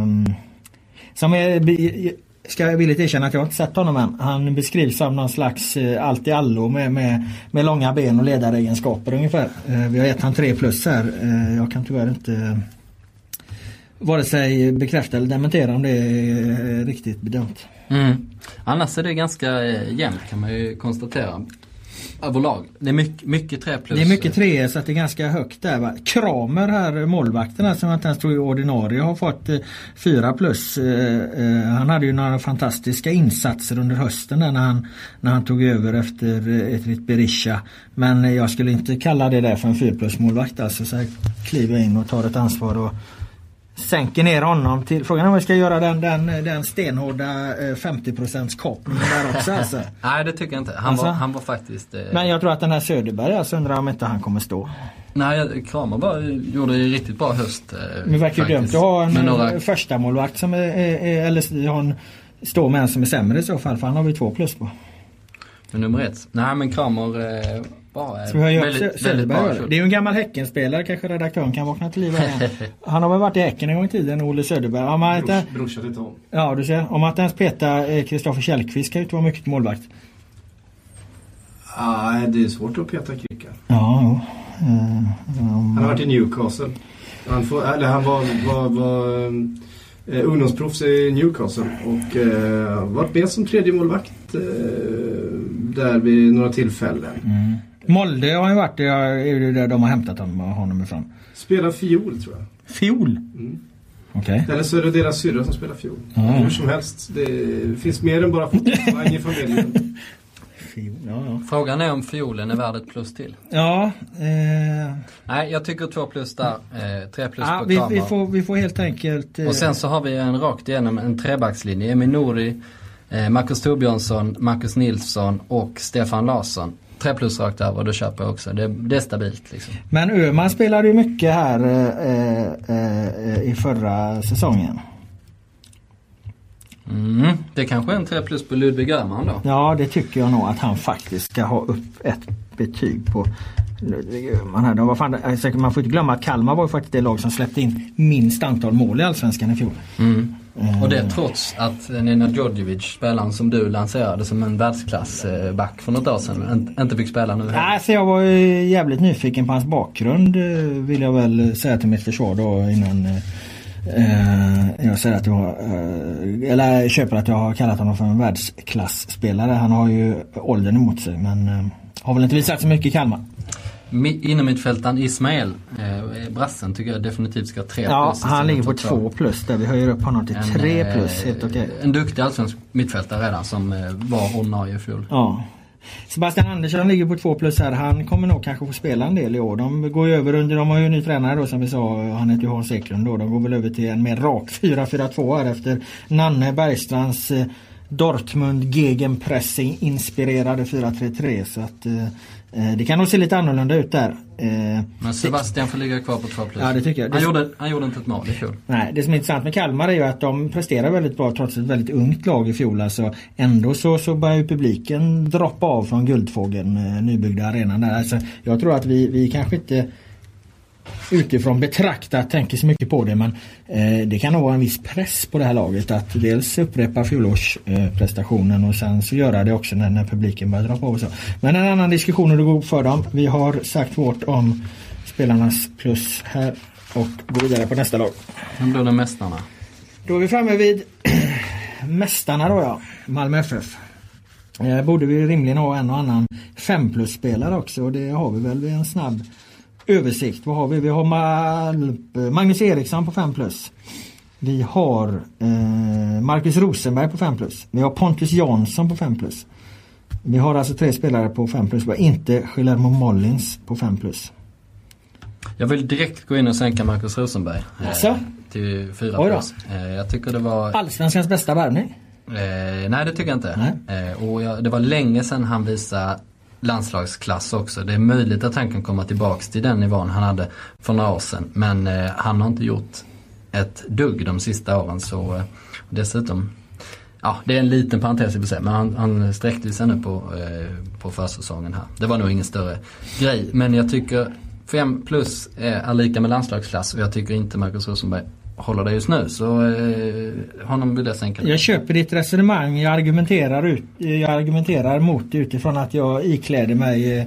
Ska jag villigt erkänna att jag inte sett honom än. Han beskrivs som någon slags allt i allo med långa ben och ledaregenskaper ungefär. Vi har gett han 3 plus här. Jag kan tyvärr inte vare sig bekräfta eller dementera om det är riktigt bedömt. Annars är det ganska jämnt kan man ju konstatera. Överlag. Det är mycket 3 plus. Det är mycket 3 så att det är ganska högt där, va? Kramer här, målvakterna som inte ens tror i ordinarie, har fått 4 plus. Han hade ju några fantastiska insatser under hösten när han tog över efter ett Berisha. Men jag skulle inte kalla det där för en 4 plus målvakt. Alltså så här kliver in och tar ett ansvar och sänker ner honom till... Frågan är om vi ska göra den stenhårda 50% kapningen där också alltså. Nej, det tycker jag inte. Han var faktiskt... Men jag tror att den här Söderberg, alltså undrar om inte han kommer stå. Nej, Kramer bara gjorde ju riktigt bra höst. Men verkar ju dumt att ha en första målvakt som eller har en stå med en som är sämre i så fall, för han har vi 2 plus på. Men nummer 1. Nej, men Kramer... Så vi har väldigt bra. Det är ju en gammal Häckenspelare, kanske redaktören kan vakna till liv igen. Han har väl varit i Häcken en gång i tiden, Olle Söderberg. Brorsa till Tom. Ja, du ser. Om att ens peta Kristoffer Källqvist kan ju inte vara mycket målvakt. Nej, det är svårt att peta Kricka. Ja. Han har varit i Newcastle. Han var ungdomsproffs i Newcastle och varit med som 3:e målvakt där vid några tillfällen. Molde har ju varit där de har hämtat honom ifrån. Spelar fiol, tror jag. Fiol? Okay. Eller så är det deras syrra som spelar fiol. Hur som helst, det finns mer än bara fotboll i familjen. Ja. Frågan är om fiolen är värd ett plus till. Ja. Nej, jag tycker 2 plus där. 3 plus på Kramer. Vi får helt enkelt... Och sen så har vi en rakt igenom en trebackslinje. Emil Nouri, Marcus Torbjörnsson, Marcus Nilsson och Stefan Larsson. 3 plus rakt över, och då köper jag också. Det är stabilt liksom. Men Öhman spelade ju mycket här i förra säsongen. Det kanske är en 3 plus på Ludvig Öhman då. Ja, det tycker jag nog att han faktiskt ska ha upp betyg på. Man får inte glömma att Kalmar var ju faktiskt det lag som släppte in minst antal mål i Allsvenskan i fjol. Och det trots att Nina Djordjevic, spelaren som du lanserade som en världsklassback för något år sedan, inte fick spela nu. Så jag var jävligt nyfiken på hans bakgrund, vill jag väl säga till mitt försvar då, innan jag säger att eller köper att jag har kallat honom för en världsklassspelare. Han har ju åldern emot sig, men har väl inte visat så mycket i Kalmar. Inom mittfältaren Ismael brassen tycker jag definitivt ska ha 3+. Ja, han ligger på 2+ där vi höjer upp honom till 3+, helt okej. En duktig allsvensk mittfältare redan som var ordinarie i fjol. Ja. Sebastian Andersson ligger på 2+ här. Han kommer nog kanske få spela en del i år. De går ju över de har ju en ny tränare då, som vi sa, han heter ju Hans Eklund då. De går väl över till en mer rak 4-4-2 här efter Nanne Bergstrands Dortmund gegenpressing inspirerade 4-3-3, så att det kan nog se lite annorlunda ut där. Men Sebastian får ligga kvar på 2+. Ja, det tycker jag. Han gjorde inte ett mål i fjol. Nej, det som är intressant med Kalmar är ju att de presterar väldigt bra trots ett väldigt ungt lag i fjol. Alltså, ändå så börjar ju publiken droppa av från Guldfågeln, nybyggda arenan där. Alltså, jag tror att vi kanske inte utifrån betraktat tänker så mycket på det, men det kan nog vara en viss press på det här laget att dels upprepa fjolårsprestationen och sen så göra det också när publiken börjar dra på och så. Men en annan diskussion hur det går för dem. Vi har sagt vårt om spelarnas plus här och går vidare på nästa lag. Vem blir de mästarna? Då är vi framme vid mästarna då, ja. Malmö FF. Borde vi rimligen ha en och annan 5+-spelare också, och det har vi väl vid en snabb översikt. Vad har vi? Vi har Magnus Eriksson på 5+. Vi har Marcus Rosenberg på 5+. Vi har Pontus Jansson på 5+. Vi har alltså 3 spelare på 5+. Vi har inte Guillermo Mollins på 5+. Jag vill direkt gå in och sänka Marcus Rosenberg till 4+. Jag tycker det var Allsvenskans bästa värvning. Nej, det tycker jag inte. Och det var länge sedan han visade landslagsklass också. Det är möjligt att han kan komma tillbaks till den nivån han hade för några år sedan. Men han har inte gjort ett dugg de sista åren. Så dessutom, ja, det är en liten parentes i sig. Men han sträckte sig nu på försäsongen här. Det var nog ingen större grej. Men jag tycker 5+ är lika med landslagsklass. Och jag tycker inte Marcus Rosenberg håller det just nu, så honom vill jag sänka. Jag köper ditt resonemang. Jag argumenterar mot utifrån att jag ikläder mig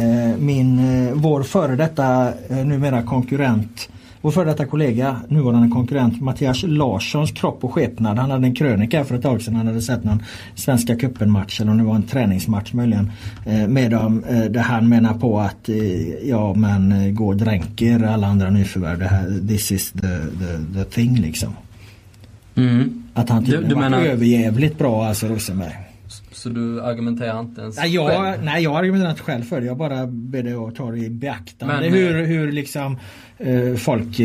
vår före detta numera konkurrent, vår före detta kollega, nuvarande konkurrent Mattias Larssons kropp och skepnad. Han hade en krönika för ett tag sedan. Han hade sett någon Svenska cupen-match, eller om det var en träningsmatch möjligen, med dem, där han menar på att gå och dränker alla andra nyförvärv. Det här, this is the thing liksom. Att han tyckte det var överjävligt bra, alltså Rosenberg. Så du argumenterar inte ens själv? Nej, jag argumenterar inte själv för det. Jag bara ber dig att ta det i beaktande. Hur liksom folk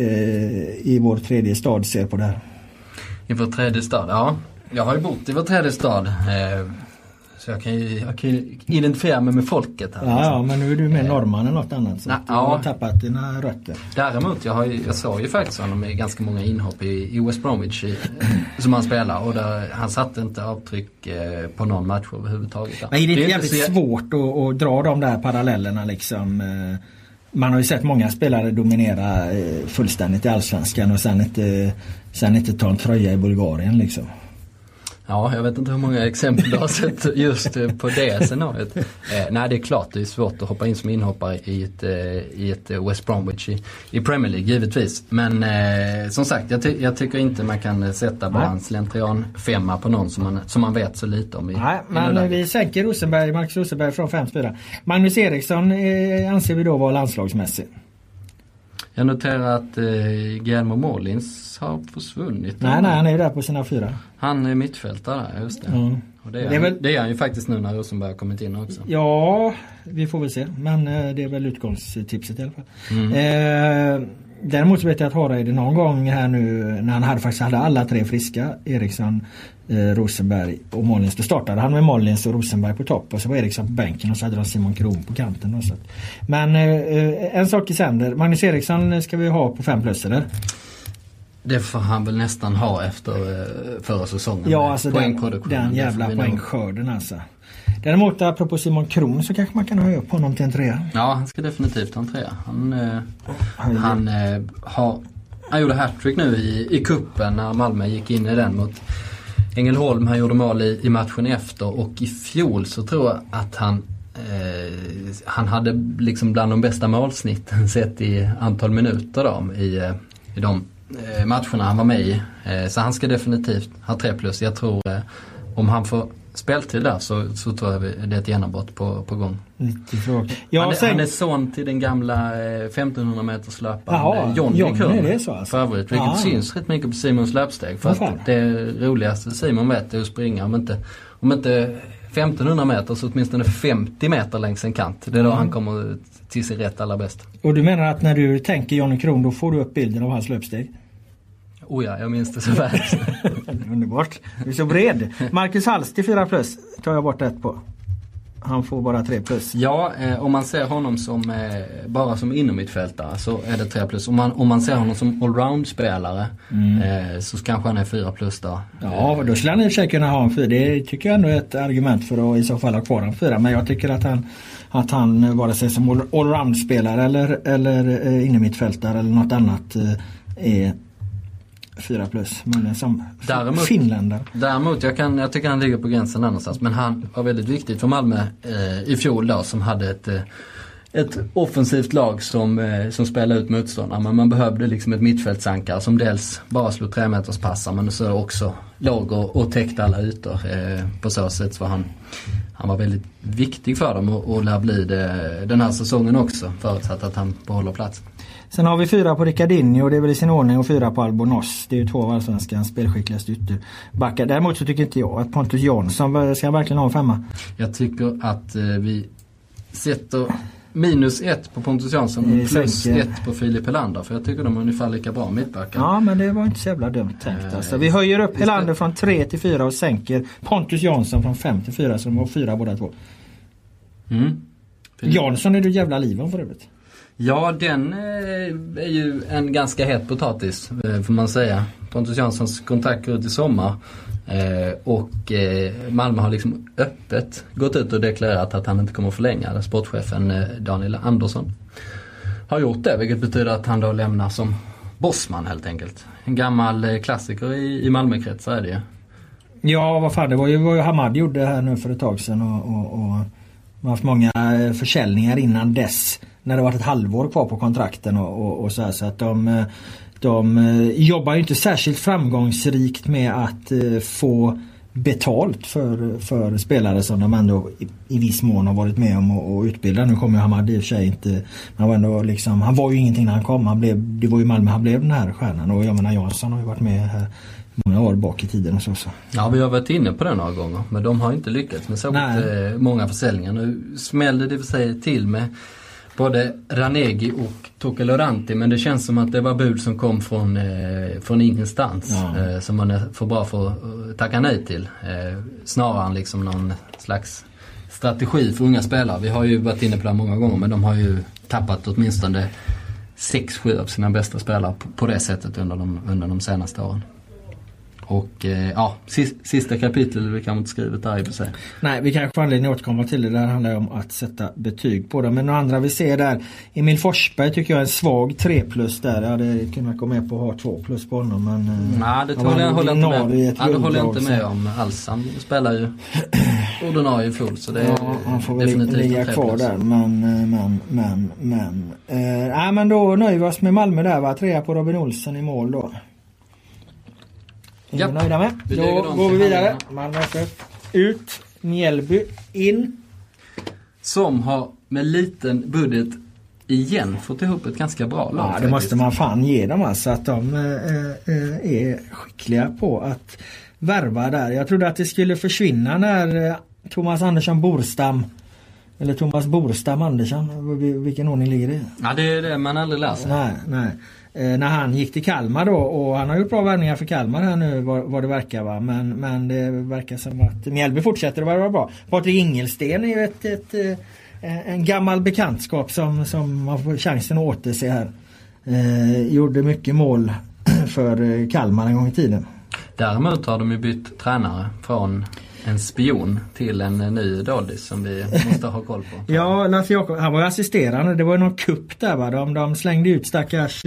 i vår tredje stad ser på det här. I vår tredje stad? Ja. Jag har ju bott i vår tredje stad. Så jag kan identifiera mig med folket här. Ja, men nu är du mer norrman än något annat. Så du har tappat dina rötter. Däremot, jag såg ju faktiskt honom med ganska många inhopp i West Bromwich som han spelar. Och han satte inte avtryck på någon match överhuvudtaget. Men det är jävligt svårt att dra de där parallellerna liksom. Man har ju sett många spelare dominera fullständigt i Allsvenskan och sen inte ta en tröja i Bulgarien liksom. Ja, jag vet inte hur många exempel du har sett just på det scenariot. Nej, det är klart det är svårt att hoppa in som inhoppare i ett West Bromwich i Premier League, givetvis. Men som sagt, jag tycker inte man kan sätta bara en slentrian 5 på någon som man vet så lite om. Nej, men vi sänker Marcus Rosenberg från 5-4. Magnus Eriksson anser vi då vara landslagsmässig. Jag noterar att Guillermo Mollins har försvunnit. Nej, han är ju där på sina 4. Han är mittfältare, just det. Och det är han ju faktiskt nu när Rosenberg har kommit in också. Ja, vi får väl se. Men det är väl utgångstipset i alla fall. Däremot så vet jag att Hareide någon gång här nu när han faktiskt hade alla 3 friska, Eriksson, Rosenberg och Mollins, då startade han med Mollins och Rosenberg på topp och så var Eriksson på bänken och så hade de Simon Kron på kanten och så. Men en sak i sänder, Magnus Eriksson ska vi ha på 5+ eller? det får han väl nästan ha efter förra säsongen. Ja, alltså den jävla poängskörden alltså. Däremot apropå Simon Kron så kanske man kan höja upp honom till en 3. Ja, han ska definitivt ha en 3. Han gjorde hattrick nu i kuppen när Malmö gick in i den mot Ängelholm. Han gjorde mål i matchen efter, och i fjol så tror jag att han hade liksom bland de bästa målsnitten sett i antal minuter då, i de matcherna han var med i. Så han ska definitivt ha 3+. Jag tror om han får speltid där så tror jag det är ett genombrott på gång. Han är son till den gamla 1500 meters löparen Johnny Kron för övrigt, vilket syns rätt mycket på Simons löpsteg, för att det roligaste Simon vet är att springa om inte 1500 meter så åtminstone 50 meter längs en kant. Det är då han kommer till sig rätt allra bäst. Och du menar att när du tänker Johnny Kron då får du upp bilden av hans löpsteg? Oh ja, jag minns det så väl. Underbart. Du är så bred. Marcus Hals till 4+. Tar jag bort ett på. Han får bara 3+. Ja, om man ser honom som bara som inommittfältare så är det 3+. Om man ser honom som allround-spelare så kanske han är 4+ då. Ja, då skulle han i och för sig kunna ha en 4. Det tycker jag ändå är ett argument för att i så fall ha kvar en 4. Men jag tycker att han vare sig som allround-spelare eller inommittfältare eller något annat är 4+, men som finländare. Däremot, jag tycker han ligger på gränsen någonstans. Men han var väldigt viktig för Malmö i fjol då, som hade ett offensivt lag som spelade ut motståndare. Men man behövde liksom ett mittfältsankare som dels bara slog 3 meters passar, men så också låg och täckte alla ytor. På så sätt så var han var väldigt viktig för dem och lär bli det den här säsongen också, förutsatt att han behåller plats. Sen har vi 4 på Ricardinho, och det är väl i sin ordning, och 4 på Albornoz. Det är ju 2 av allsvenskans spelskickligaste ytterbackar. Däremot så tycker inte jag att Pontus Jansson ska verkligen ha en 5. Jag tycker att vi sätter -1 på Pontus Jansson och +1 på Filip Helander, för jag tycker de är ungefär lika bra mittbackar. Ja, men det var inte så jävla dumt tänkt. Alltså. Vi höjer upp Helander från 3 till 4 och sänker Pontus Jansson från 5 till 4, så de var 4 båda två. Jansson är du jävla liven för övrigt. Ja, den är ju en ganska het potatis, får man säga. Pontus Janssons kontrakt går ut i sommar. Och Malmö har liksom öppet gått ut och deklarerat att han inte kommer att förlänga. Sportchefen Daniel Andersson har gjort det, vilket betyder att han då lämnar som bossman helt enkelt. En gammal klassiker i Malmökretsar är det ju. Ja, vad fan, det var ju Hamad gjorde här nu för ett tag sedan, och man har haft många försäljningar innan dess, när det var ett halvår kvar på kontrakten och så här, så att de jobbar ju inte särskilt framgångsrikt med att få betalt för spelare som de ändå i viss mån har varit med om och utbilda. Nu kommer Hamad i och för sig inte, han var ju ingenting när han kom. Det var ju Malmö han blev den här stjärnan, och jag menar Jansson har ju varit med här många år bak i tiden och så. Ja, vi har varit inne på det några gånger, men de har inte lyckats med så många försäljningar. Nu smällde det för sig till med både Ranegi och Toke Loranti, men det känns som att det var bud som kom från ingenstans, som man är för bra för att tacka nej till. Snarare än liksom någon slags strategi för unga spelare. Vi har ju varit inne på det många gånger, men de har ju tappat åtminstone 6-7 av sina bästa spelare på det sättet under de senaste åren. Och sista kapitlet vi kan inte skrivit där i för sig. Nej, vi kanske får anledning att återkomma till det. Det handlar om att sätta betyg på det. Men några andra vi ser där, Emil Forsberg tycker jag är en svag 3+ där. Jag hade kunnat gå med på att ha 2+ på honom. Men nej, det håller jag inte med om alls. Han spelar ju ordinarie full, så det är han får väl ligga kvar där. Men då nöjer vi oss med Malmö där, va? 3 på Robin Olsen i mål då. Är nöjda med? Då går vi vidare. Malmö ut, Mjällby in. Som har med liten budget igen fått ihop ett ganska bra lag. Ja, det måste man fan ge dem, alltså, att de är skickliga på att värva där. Jag trodde att det skulle försvinna när Thomas Andersson Borstam, eller Thomas Borstam Andersson, vilken ordning ligger det? Ja, det är det man aldrig läser. Nej. När han gick till Kalmar då, och han har gjort bra värvningar för Kalmar här nu, vad det verkar, va, men det verkar som att Mjällby fortsätter att vara bra. Patrik Ingelsten är ju en gammal bekantskap som man får chansen att återse här. Gjorde mycket mål för Kalmar en gång i tiden. Däremot har de ju bytt tränare från en spion till en ny doldis som vi måste ha koll på. Ja, Lasse Jakob, han var assisterande. Det var någon kupp där, va? De slängde ut stackars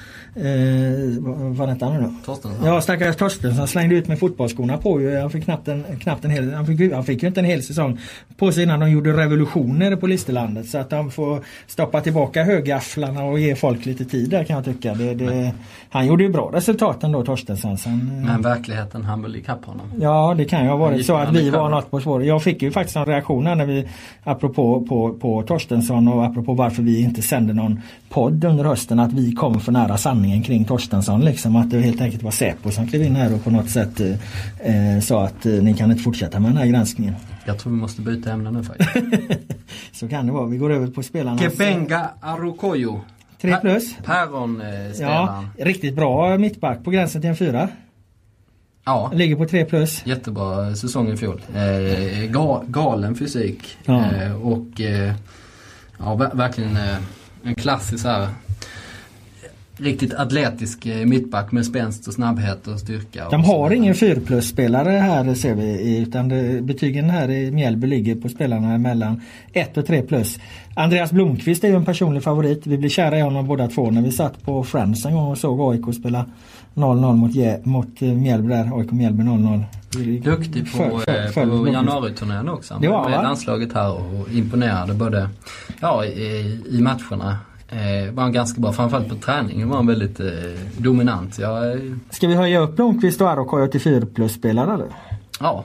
vad hette han nu då? Torstensson. Ja, stackars Torstensson slängde ut med fotbollsskorna på. Han fick knappt en hel, han fick ju inte en hel säsong på sig innan de gjorde revolutioner på Listerlandet, så att de får stoppa tillbaka högafflarna och ge folk lite tid där, kan jag tycka. Han gjorde ju bra resultaten då, Torstensson. Men verkligheten han väl ikapp honom. Ja, det kan ju ha varit så att vi var något på svår. Jag fick ju faktiskt en reaktion när vi, apropå på Torstensson och apropå varför vi inte sände någon podd under hösten, att vi kom för nära sanningen kring Torstensson, liksom att det helt enkelt var Säpo som klev in här och på något sätt sa att ni kan inte fortsätta med den här granskningen. Jag tror vi måste byta ämne nu faktiskt. Så kan det vara. Vi går över på spelarna. Kepenga Arokoyo. 3+. Päron ja, riktigt bra mittback på gränsen till en 4. Ja. Ligger på 3+. Jättebra säsong i fjol. Galen fysik. Ja. Ja, verkligen en klassisk här. Riktigt atletisk mittback med spänst och snabbhet och styrka. De har ingen 4+-spelare här, ser vi, utan betygen här i Mjällby ligger på spelarna mellan 1 och 3+. Andreas Blomqvist är ju en personlig favorit. Vi blev kära i honom båda två när vi satt på Friends en gång och såg AIK spela 0-0 mot Mjällby där. AIK Mjällby 0-0. Duktig på januariturnén också. Det var, med landslaget här och imponerade både i matcherna. Var han ganska bra, framförallt på träningen var han väldigt dominant. Ska vi höja upp Blomqvist och Arokoyo till 4+-spelare eller? Ja.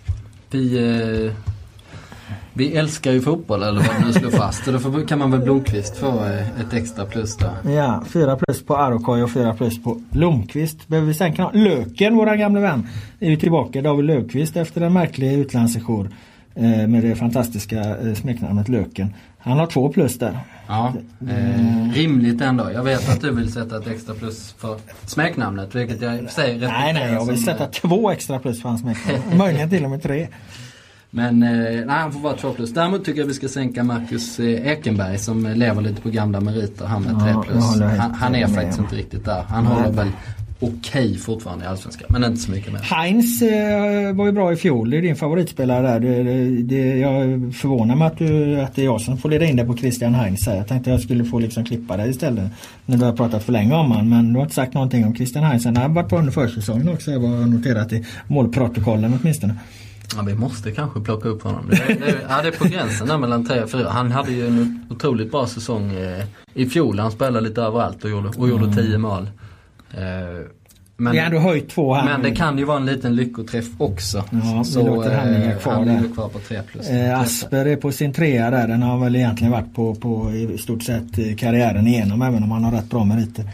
Vi älskar ju fotboll, eller vad man slår fast. Och då kan man väl Blomqvist få ett extra plus där. Ja, 4+ på Arokoyo och 4+ på Blomqvist. Behöver vi sen Löken, våra gamla vän, är ju tillbaka. David Löfqvist efter en märklig utlandssejour med det fantastiska smeknamnet Löken. Han har 2+ där. Ja, rimligt ändå. Jag vet att du vill sätta ett extra plus för smeknamnet, vilket jag säger rätt. Nej, jag vill sätta 2 extra plus för hans smeknamn. Möjligen till och med 3. Men nej, han får vara 2+. Däremot tycker jag vi ska sänka Marcus Ekenberg som lever lite på gamla meriter. Han med 3+. Han är faktiskt inte riktigt där. Han håller väl okej fortfarande i Allsvenskan, men inte så mycket mer. Heinz var ju bra i fjol. Det är din favoritspelare där. Jag förvånar mig att det är jag som får leda in det på Christian Heinz. Jag tänkte jag skulle få liksom klippa det istället när du har pratat för länge om han. Men du har inte sagt någonting om Christian Heinz. Han har varit på under försäsongen också. Jag har noterat i målprotokollen åtminstone. Ja, vi måste kanske plocka upp honom. Det är på gränsen där mellan 3 och 4. Han hade ju en otroligt bra säsong i fjol. Han spelade lite överallt och gjorde 10 mål. Men, det är ändå höjt 2 här. Men det kan ju vara en liten lyckoträff också. Ja, så låter han ligger kvar på 3+. Asper är på sin 3 där. Den har väl egentligen varit på i stort sett karriären igenom, även om han har rätt bra meriter.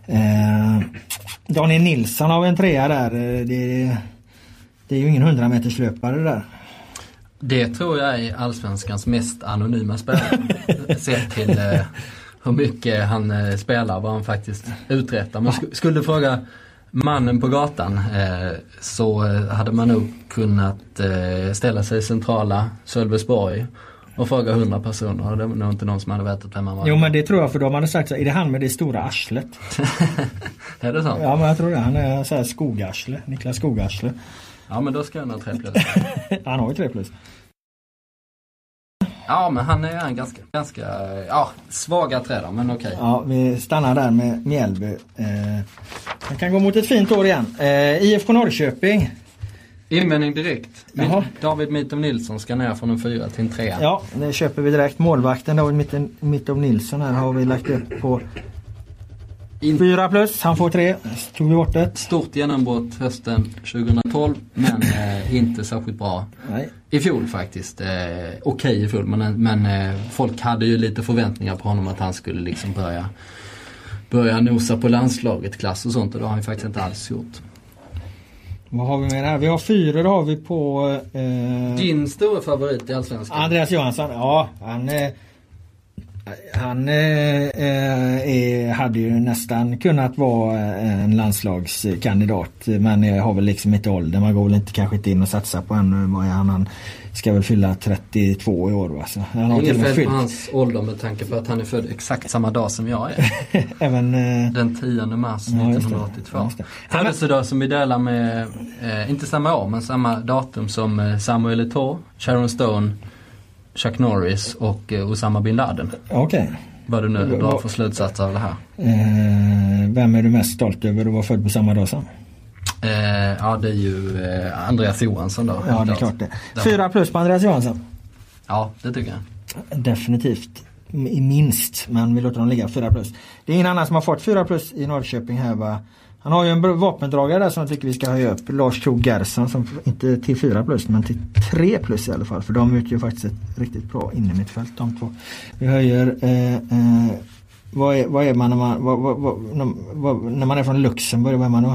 Daniel Nilsson har en 3 där. Det är ju ingen 100-meterslöpare där. Det tror jag är Allsvenskans mest anonyma spelare. Sett till hur mycket han spelar, vad han faktiskt uträttar. Men skulle fråga mannen på gatan så hade man nog kunnat ställa sig i centrala Sölvesborg och fråga 100 personer. Det var nog inte någon som hade vetat vem han var. Jo, men det tror jag, för de hade sagt så, är det han med det stora arslet? Är det så? Ja, men jag tror det. Han är så här Skogarsle, Niklas Skogarsle. Ja, men då ska han ha 3+. Han har ju 3+. Ja, men han är en ganska svaga trädare, men okej. Ja, vi stannar där med Mjällby. Man kan gå mot ett fint år igen. IFK Norrköping. Invändning direkt. David Mitov Nilsson ska ner från en 4 till en 3. Ja, det köper vi direkt. Målvakten David Mitov Nilsson här har vi lagt upp på 4+, han får 3. Tog vi bort ett. Stort genombrott hösten 2012, men inte särskilt bra. Nej. I fjol faktiskt. Okej i fjol, men folk hade ju lite förväntningar på honom att han skulle liksom börja nosa på landslaget, klass och sånt, och det har han faktiskt inte alls gjort. Vad har vi med här? Vi har 4, då har vi på... Din stora favorit i Allsvenskan. Andreas Johansson, ja, Han hade ju nästan kunnat vara en landslagskandidat, men har väl liksom inte ålder. Man går väl kanske inte in och satsa på ännu. Han ska väl fylla 32 i år. Va? Så han har inget fel på hans ålder med tanke på att han är född exakt samma dag som jag är. Även, den 10 mars 1982. Födelsedag som vi delar med, inte samma år men samma datum som Samuel Eto'o, Sharon Stone, Chuck Norris och Osama Bin Laden. Okej. Vad du nu drar för slutsatser av det här? Vem är du mest stolt över att vara född på samma dag som? Ja, det är ju Andreas Johansson då. Ja, det är klart det. 4+ på Andreas Johansson? Ja, det tycker jag. Definitivt. Minst, men vi låter dem ligga 4+. Det är ingen annan som har fått 4+ i Norrköping här, va? Han har ju en vapendragare där som jag tycker vi ska höja upp. Lars Tro Gerson, som inte till 4+ men till 3+ i alla fall. För de utgör ju faktiskt ett riktigt bra innermittfält, de två. Vi höjer... vad är man när man är från Luxemburg? Vad är man då?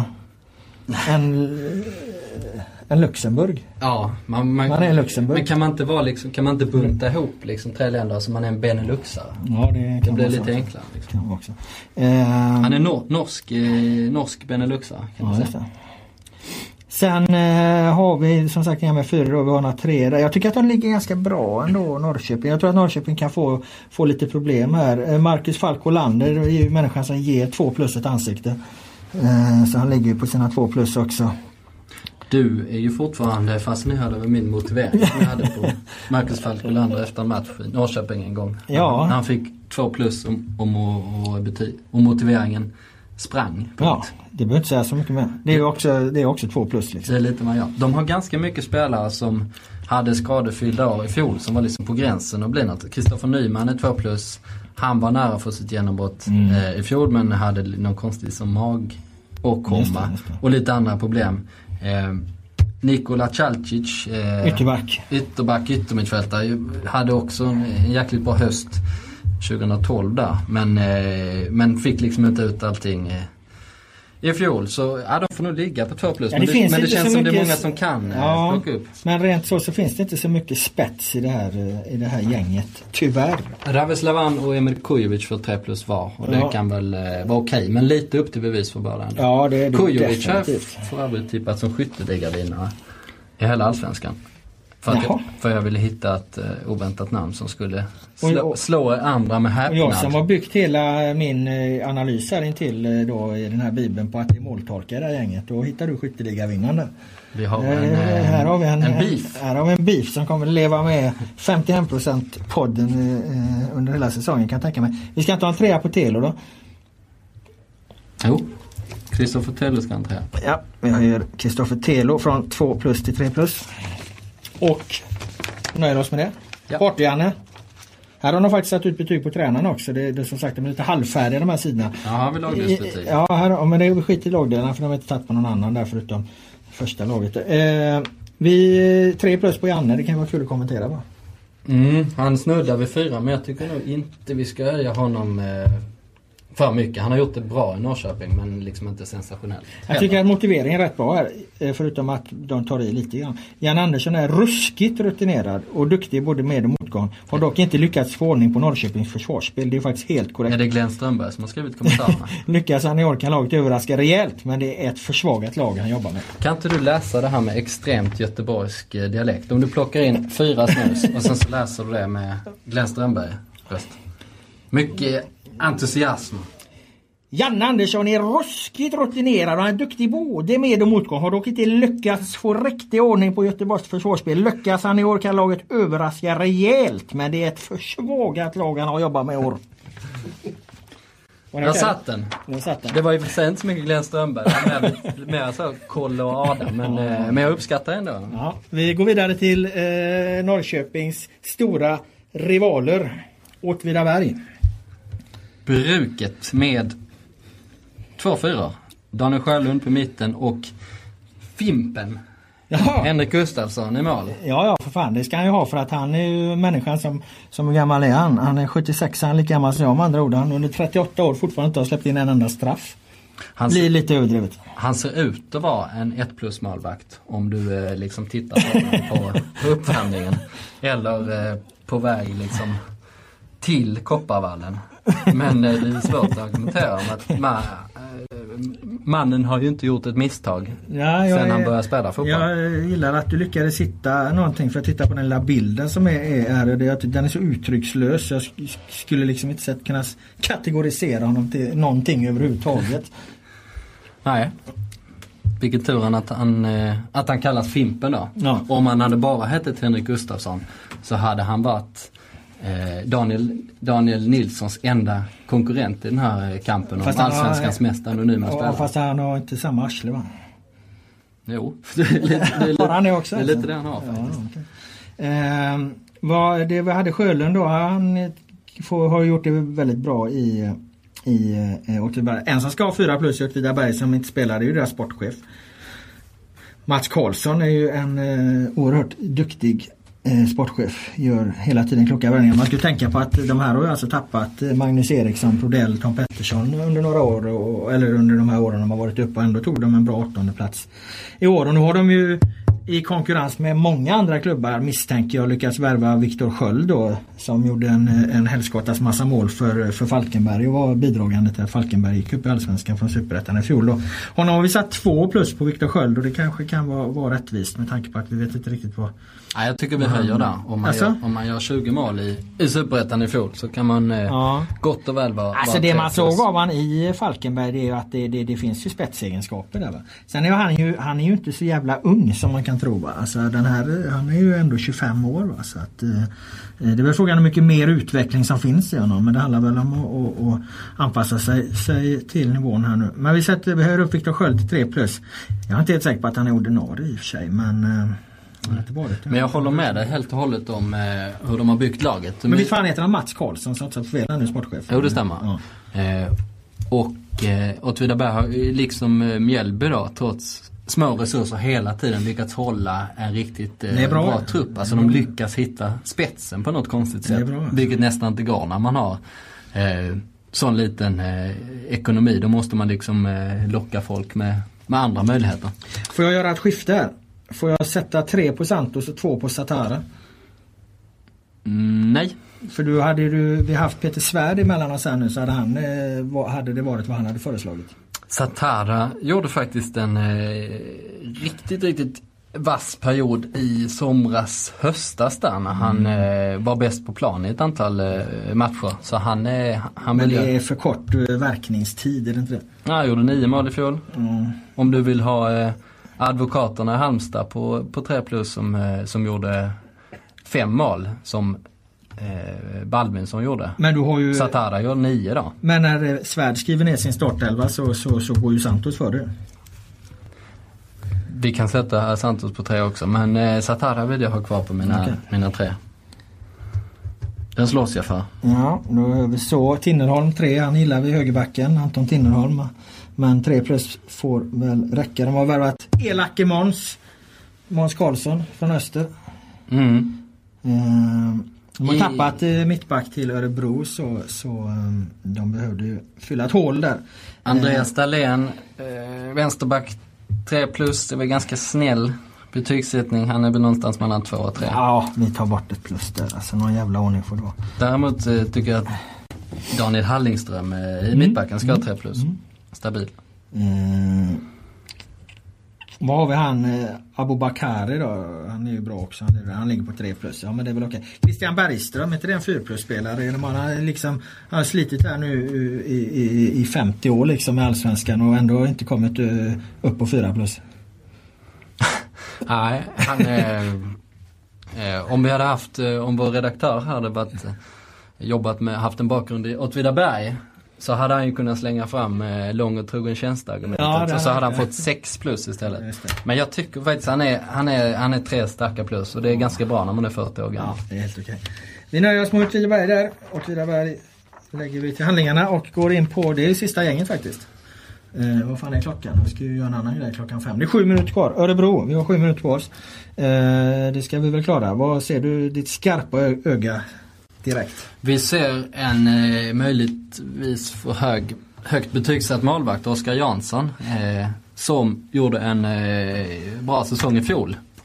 En Luxemburg. Ja, man är en Luxemburg. Men kan man inte vara liksom, kan man inte bunta ihop liksom 3 länder så man är en Beneluxare? Ja, det blir lite enklare liksom. Kan också. Han är norsk Beneluxare, kan man säga. Sen har vi som sagt med 4 och vi har 3 där. Jag tycker att de ligger ganska bra ändå, Norrköping. Jag tror att Norrköping kan få lite problem här. Marcus Falk Olander är ju människan som ger 2+ ett ansikte. Så han ligger ju på sina 2+ också. Du är ju fortfarande fascinerad över min motivering som jag hade på Marcus Falk Olander efter en match i Norrköping en gång. Ja. Han fick 2+ och motiveringen sprang. Ja, det behöver inte säga så mycket mer. Det är också 2+. Liksom. Det är lite vad jag. De har ganska mycket spelare som hade skadefyllda år i fjol som var liksom på gränsen att bli något. Kristoffer Nyman är 2+. Han var nära för sitt genombrott i fjol men hade någon konstig som mag och komma och lite andra problem. Nikola Čalčić, yttermittfältare, hade också en jäkligt bra höst 2012 där, men fick liksom inte ut allting i fjol. Så de får nog ligga på 2+. Ja, men det känns som det är många som kan plocka upp. Men rent så finns det inte så mycket spets i det här gänget, tyvärr. Raveslavan och Emir Kujovic för 3+ var. Och det kan väl vara okej, men lite upp till bevis för båda. Ja, det är det. Kujovic har för övrigt tippat som skytteligavinnare i hela allsvenskan. För jag ville hitta ett oväntat namn som skulle slå andra med häpnad. Och jag som har byggt hela min analys här intill då i den här bibeln på att det är måltolkare i det här gänget. Då hittar du skytteligavinnande. Vi har här har vi en beef. Här har vi en beef som kommer leva med 51% podden under hela säsongen, kan jag tänka mig. Vi ska inte ha en 3 på Telo då? Jo. Kristoffer Telo ska en 3. Ja, vi har Kristoffer Telo från 2+ till 3+. Och nöjer oss med det. Ja. Party-Janne. Här har de faktiskt satt ut betyg på tränarna också. Det är som sagt, de är lite halvfärdiga de här sidorna. Ja, vi lagdelsbetyg. Ja, men det är skit i lagdelarna för de har inte tagit på någon annan där förutom första laget. Vi 3+ på Janne, det kan vara kul att kommentera, va? Han snuddar vid 4, men jag tycker nog inte vi ska höja honom för mycket. Han har gjort det bra i Norrköping, men liksom inte sensationellt. Jag tycker att motiveringen är rätt bra här, förutom att de tar i lite grann. Jan Andersson är ruskigt rutinerad och duktig både med och motgång. Har dock inte lyckats få ordning på Norrköpings försvarsspel. Det är faktiskt helt korrekt. Är det Glenn Strömberg som har skrivit kommentarerna? Lyckas han i år kan laget överraska rejält, men det är ett försvagat lag han jobbar med. Kan inte du läsa det här med extremt göteborgsk dialekt? Om du plockar in 4 snus och sen så läser du det med Glenn Strömberg röst. Mycket entusiasm. Janne Andersson är ruskigt rutinerad och han är duktig både med och motgång. Har dock inte lyckats få riktig ordning på Göteborgs försvarsspel. Lyckas han i år kan laget överraska rejält, men det är ett försvagat lag han har jobbat med i år. Jag satt den. Det var ju för sig inte så mycket Glenn Strömberg. Mer så Koll och Adam. Men jag uppskattar ändå. Ja, vi går vidare till Norrköpings stora rivaler. Åtvidaberg. Bruket med 2-4. Daniel Sjölund på mitten och Fimpen. Jaha. Henrik Gustafsson i mål. Ja, för fan. Det ska han ju ha för att han är ju människan som gammal är han. Han är 76, han är lika gammal som jag med andra ord. Han under 38 år fortfarande inte har släppt in en enda straff. Blir lite överdrivet. Han ser ut att vara en 1+ målvakt om du liksom tittar på uppvärmningen. Eller på väg liksom till Kopparvallen. Men det är svårt att argumentera om att mannen har ju inte gjort ett misstag sen han började spela fotboll. Jag gillar att du lyckades hitta någonting för att titta på den lilla bilden som är här. Den är så uttryckslös. Jag skulle liksom inte kunna kategorisera honom till någonting överhuvudtaget. Nej. Vilken tur att han kallas Fimpen då. Ja. Om han hade bara hetat Henrik Gustafsson så hade han varit Daniel Nilssons enda konkurrent i den här kampen om allsvenskans mest anonyma spelare. Fast han har inte samma arsle, va? Jo. Har han det också? Det är lite det han har faktiskt. Vi hade Sjölund då. Han har gjort det väldigt bra i Åtvidaberg. En som ska ha 4+ i Åtvidaberg som inte spelar, det är ju deras sportchef. Mats Karlsson är ju en oerhört duktig sportchef, gör hela tiden kloka värderingar. Man ska tänka på att de här har ju alltså tappat Magnus Eriksson, Prodell, Tom Pettersson under några år, eller under de här åren de har varit uppe, och ändå tog de en bra 8:e plats i år. Och nu har de ju i konkurrens med många andra klubbar, misstänker jag, lyckats värva Viktor Sköld då, som gjorde en helskottas massa mål för Falkenberg och var bidragande till att Falkenberg gick upp i allsvenskan från Superettan i fjol då. Honom har vi satt 2+ på Viktor Sköld, och det kanske kan vara rättvist med tanke på att vi vet inte riktigt vad. Ja, jag tycker vi höjer där. Om man gör 20 mål i Superettan i fjol så kan man gott och väl vara. Alltså det man såg av han i Falkenberg, det är ju att det finns ju spetsegenskaper där, va? Sen är han är ju inte så jävla ung som man kan tro, va? Alltså han är ju ändå 25 år, va? Så att det är väl frågan om mycket mer utveckling som finns i honom, men det handlar väl om att anpassa sig till nivån här nu. Men vi höjer upp Viktor Sköld till 3+. Jag är inte helt säker på att han är ordinarie i och för sig, men jag håller med dig helt och hållet om hur de har byggt laget. Men visst fan heter han Mats Karlsson som satt fel nu, sportchef? Jo, det stämmer. Ja. Och Åtvidaberg har liksom Mjällby då, trots små resurser hela tiden lyckats hålla en riktigt bra trupp. Alltså de lyckas hitta spetsen på något konstigt sätt. Vilket nästan inte går när man har sån liten ekonomi. Då måste man liksom locka folk med andra möjligheter. Får jag göra ett skifte här? Får jag sätta 3 på Santos och 2 på Satara? Nej. För vi haft Peter Svärd emellan oss här nu, så hade det varit vad han hade föreslagit. Satara gjorde faktiskt en riktigt vass period i höstas där när han var bäst på plan i ett antal matcher. Så men det är för kort verkningstid, är det inte det? Ja, han gjorde 9 mål i fjol. Om du vill ha advokaterna i Halmstad på 3+ som gjorde 5 mål som Baldvinsson gjorde. Men du har ju Satara gjorde 9 då. Men när Svärd skriver ner sin startelva så går ju Santos för det. Vi kan sätta Santos på 3 också, men Satara vill jag ha kvar på mina 3. Den slås jag för. Ja, då har vi så Tinnerholm 3, han gillar vi högerbacken, Anton Tinnerholm. Men 3+ får väl räcka. De har värvat elake Måns Karlsson från Öster. De har tappat mittback till Örebro, så de behövde ju fylla ett hål där. Andreas Dahlén, vänsterback 3+, det var ganska snäll betygssättning. Han är väl någonstans mellan 2 och 3. Ja, vi tar bort ett plus där. Alltså någon jävla ordning får det vara. Däremot tycker jag att Daniel Hallingström i mittbacken ska ha 3+. Stabil. Vad har vi han? Abubakari då? Han är ju bra också. Han ligger på 3+. Ja, men det är väl okej. Christian Bergström, är inte det en 4+-spelare? Han har slitit här nu i 50 år liksom i Allsvenskan och ändå inte kommit upp på 4+. Nej, om vi hade om vår redaktör hade haft en bakgrund i Åtvidaberg, så hade han ju kunnat slänga fram lång och trogen tjänsteargumentet. Så hade han fått 6+ istället. Men jag tycker faktiskt han är 3 starka plus, och det är ganska bra när man är 40 år gammal. Ja, det är helt okej. Vi nöjer oss med Åtvidaberg där. Åtvidaberg lägger vi till handlingarna och går in på det sista gänget faktiskt. Vad fan är klockan? Vi ska ju göra en annan grej klockan 5. Det är 7 minuter kvar. Örebro, vi har 7 minuter på oss. Det ska vi väl klara. Vad ser du ditt skarpa öga direkt? Vi ser en möjligtvis för högt betygsatt målvakt, Oskar Jansson, som gjorde en bra säsong i fjol.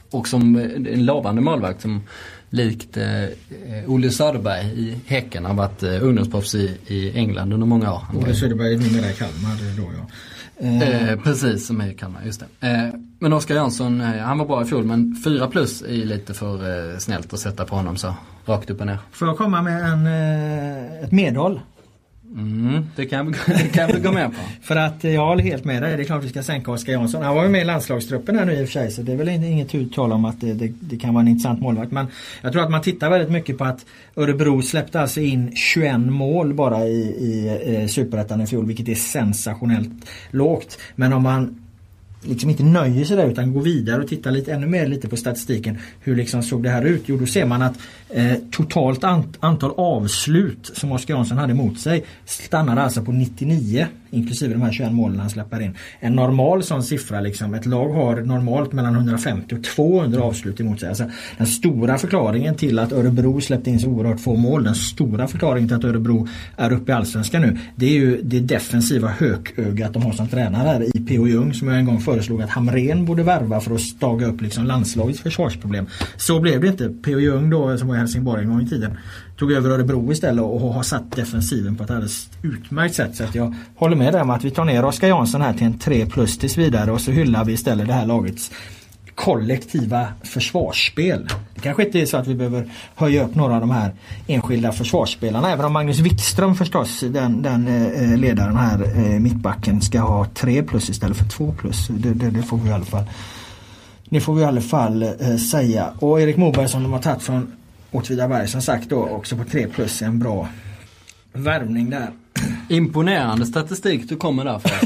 och som en lovande målvakt som likt Olle Söderberg i Häcken har varit ungdomsproffs i England under många år. Olle Söderberg är numera i Kalmar, det är då precis, som är i Kalmar, just det. Men Oskar Jansson, han var bra i fjol, men 4+ är lite för snällt att sätta på honom så rakt upp och ner. Får jag komma med ett medhåll? Det kan vi gå med på. För att jag håller helt med dig. Det är klart vi ska sänka Oskar Jansson. Han var ju med i landslagstruppen här nu i och för sig, så det är väl inget uttal om att det kan vara en intressant målvakt. Men jag tror att man tittar väldigt mycket på att Örebro släppte alltså in 21 mål bara i Superettan i fjol, vilket är sensationellt lågt. Men om man liksom inte nöjer sig där utan går vidare och tittar ännu mer på statistiken, hur liksom såg det här ut? Jo, då ser man att totalt antal avslut som Oskar Jansson hade mot sig stannade alltså på 99, inklusive de här 21 målen han släpper in. En normal sån siffra, liksom, ett lag har normalt mellan 150 och 200 avslut emot sig. Alltså, den stora förklaringen till att Örebro släppte in så oerhört få mål, den stora förklaringen till att Örebro är uppe i Allsvenskan nu, det är ju det defensiva hökögat de har som tränare i P.O. Jung, som jag en gång föreslog att Hamrén borde värva för att staga upp liksom landslagets försvarsproblem. Så blev det inte. P.O. Jung då, som var i Helsingborg en gång i tiden, tog över Örebro istället och har satt defensiven på ett alldeles utmärkt sätt. Så att jag håller med där med att vi tar ner Oskar Jansson här till en 3+ tills vidare, och så hyllar vi istället det här lagets kollektiva försvarsspel. Det kanske inte är så att vi behöver höja upp några av de här enskilda försvarsspelarna, även om Magnus Wikström förstås, den ledaren här, mittbacken, ska ha 3+ istället för 2+. Det får vi i alla fall. Det får vi i alla fall säga. Och Erik Moberg, som de har tagit från Åtvidaberg, som sagt då också på 3+, en bra värvning där. Imponerande statistik du kommer där, för att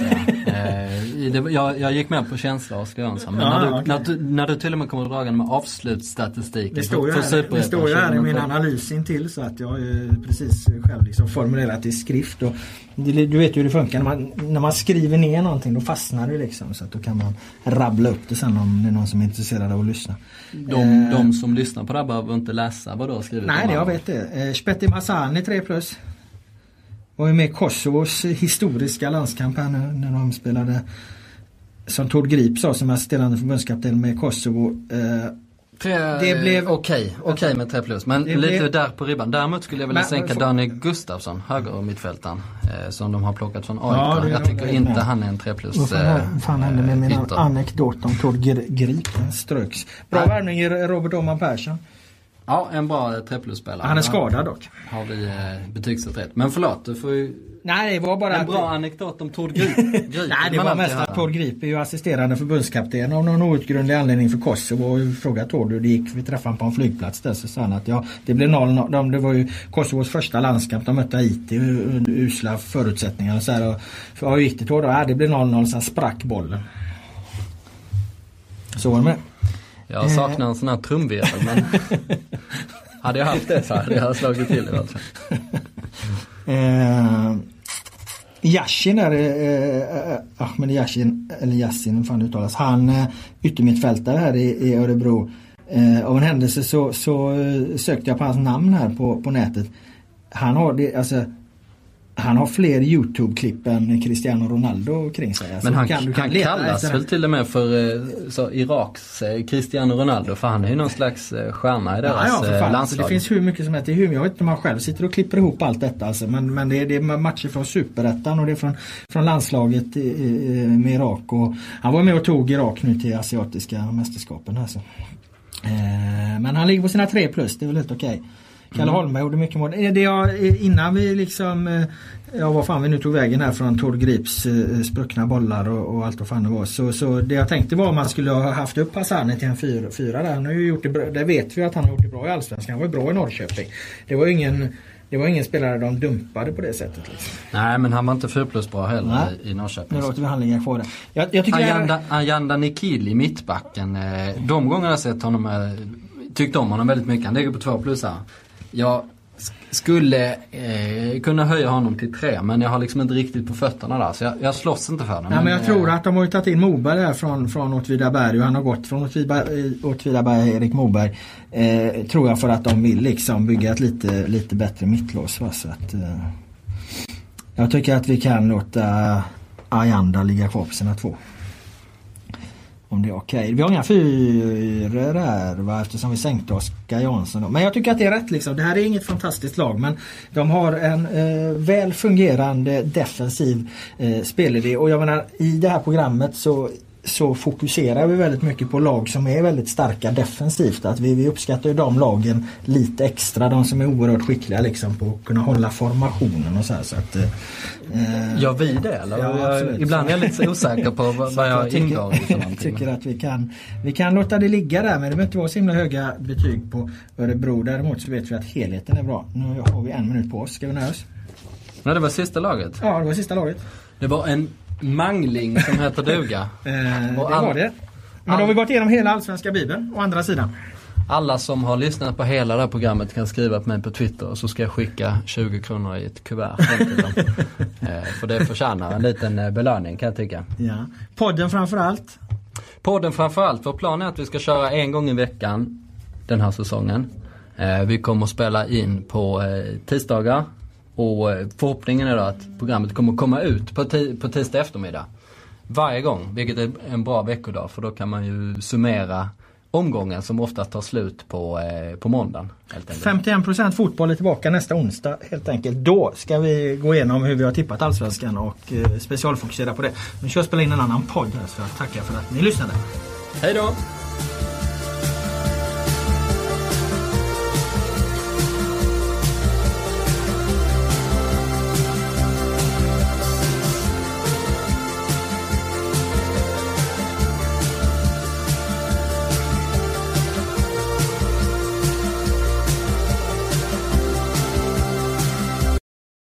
säga. Jag gick med på känsla av Oskar Jansson, men när du till och med kommer dragande med avslutsstatistiken. Det står ju här i min analys intill, så att jag har precis själv liksom formulerat i skrift. Och du vet ju hur det funkar, när man skriver ner någonting, då fastnar det liksom, så att då kan man rabbla upp det sen om det är någon som är intresserad av att lyssna. De som lyssnar på det här behöver inte läsa vad du har skrivit. Nej, jag vet det. Spetti Masani 3+. Var ju med Kosovos historiska landskamp här nu, när de spelade, som Tord Grip sa, som assisterande förbundskapten med Kosovo. Det blev okej med 3+, men lite där på ribban. Däremot skulle jag vilja sänka Daniel Gustafsson, höger mittfältaren, som de har plockat från AIK. Jag tycker inte han är en 3+. Vad fan hände med min anekdot om Tord Grip? Den ströks. Bra värvning i Robert Åman Persson. Ja, en bra 3+-spelare. Han är skadad dock. Har vi betygsat rätt. Men förlåt, du får ju... Nej, det var bara en bra anekdot om Tord Grip. Nej, det var mest att Tord Grip är ju assisterande förbundskapten av någon outgrundlig anledning för Kosovo, och frågade Tord hur det gick. Vi träffade honom på en flygplats där, så sa han att det blev 0-0. Det var ju Kosovos första landskamp. De mötte Haiti under usla förutsättningar och så här. Och hur gick det Tord då? Det blev 0-0, sen sprack bollen. Så var det med. Jag saknar en sån här trumvirvel, men hade jag haft det så hade jag slagit till det alltså. Yashin Ahmed Yashin, eller Yassin fan det uttalas. Han yttermittfältare här i Örebro. Av en händelse så sökte jag på hans namn här på nätet. Han har det, alltså, han har fler YouTube-klipp än Cristiano Ronaldo kring sig. Alltså, men han kallas väl till och med för så Iraks Cristiano Ronaldo, för han är ju någon slags stjärna i deras landslag. Det finns hur mycket som heter hur. Jag vet inte om han själv sitter och klipper ihop allt detta. Alltså. Men det är matcher från Superettan och det är från landslaget med Irak. Och han var med och tog Irak nu till asiatiska mästerskapen. Alltså. Men han ligger på sina 3+, det är väl helt okej. Kalle Holmberg gjorde mycket mål. Innan vi liksom, vad fan vi nu tog vägen här från Tord Grips spruckna bollar och allt vad fan det var. Så det jag tänkte var att man skulle ha haft upp Hassani till en 4 där. Han har ju gjort det bra. Det vet vi att han har gjort det bra i Allsvenskan. Han var bra i Norrköping. Det var ingen spelare de dumpade på det sättet. Liksom. Nej, men han var inte 4+ bra heller i Norrköping. Nu låter vi han ligga kvar där. Jag tycker Ayanda Nikili, mittbacken. De gångerna jag sett honom, tyckte om honom väldigt mycket. Han ligger på 2+. Jag skulle kunna höja honom till 3, men jag har liksom inte riktigt på fötterna där, så jag slåss inte för det. Ja, men jag tror att de har tagit in Moberg där från Åtvidaberg, och han har gått från Åtvidaberg, Erik Moberg, tror jag, för att de vill liksom bygga ett lite bättre mittlås. Va? Så att, jag tycker att vi kan låta Ayanda ligga kvar på sina 2. Om det är okej. Vi har inga 4 där, va, eftersom vi sänkte Oskar Jansson. Men jag tycker att det är rätt liksom. Det här är inget fantastiskt lag, men de har en väl fungerande defensiv spelidé. Och jag menar, i det här programmet så fokuserar vi väldigt mycket på lag som är väldigt starka defensivt. Att vi uppskattar ju de lagen lite extra. De som är oerhört skickliga liksom, på att kunna hålla formationen och så här. Så att, gör vi det eller? Ja, ibland är jag lite osäker på vad jag ingår i. Jag tycker att vi kan låta det ligga där, men det behöver inte vara så himla höga betyg på Örebro. Däremot så vet vi att helheten är bra. Nu har vi 1 minut på oss. Ska vi nöja oss? Nej, det var sista laget. Ja, det var sista laget. Det var en mangling som heter duga. Det var det. Men då har vi gått igenom hela allsvenska bibeln å andra sidan. Alla som har lyssnat på hela det här programmet kan skriva på mig på Twitter, och så ska jag skicka 20 kronor i ett kuvert till dem. För det förtjänar en liten belöning, kan jag tycka. Ja. Podden framförallt. Vår plan är att vi ska köra 1 gång i veckan den här säsongen. Vi kommer att spela in på tisdagar. Och förhoppningen är då att programmet kommer komma ut på tisdag eftermiddag varje gång, vilket är en bra veckodag, för då kan man ju summera omgången som ofta tar slut på måndagen. 51% fotboll är tillbaka nästa onsdag helt enkelt. Då ska vi gå igenom hur vi har tippat allsvenskan och specialfokusera på det. Nu kör jag spela in en annan podd här, så jag tackar för att ni lyssnade. Hej då!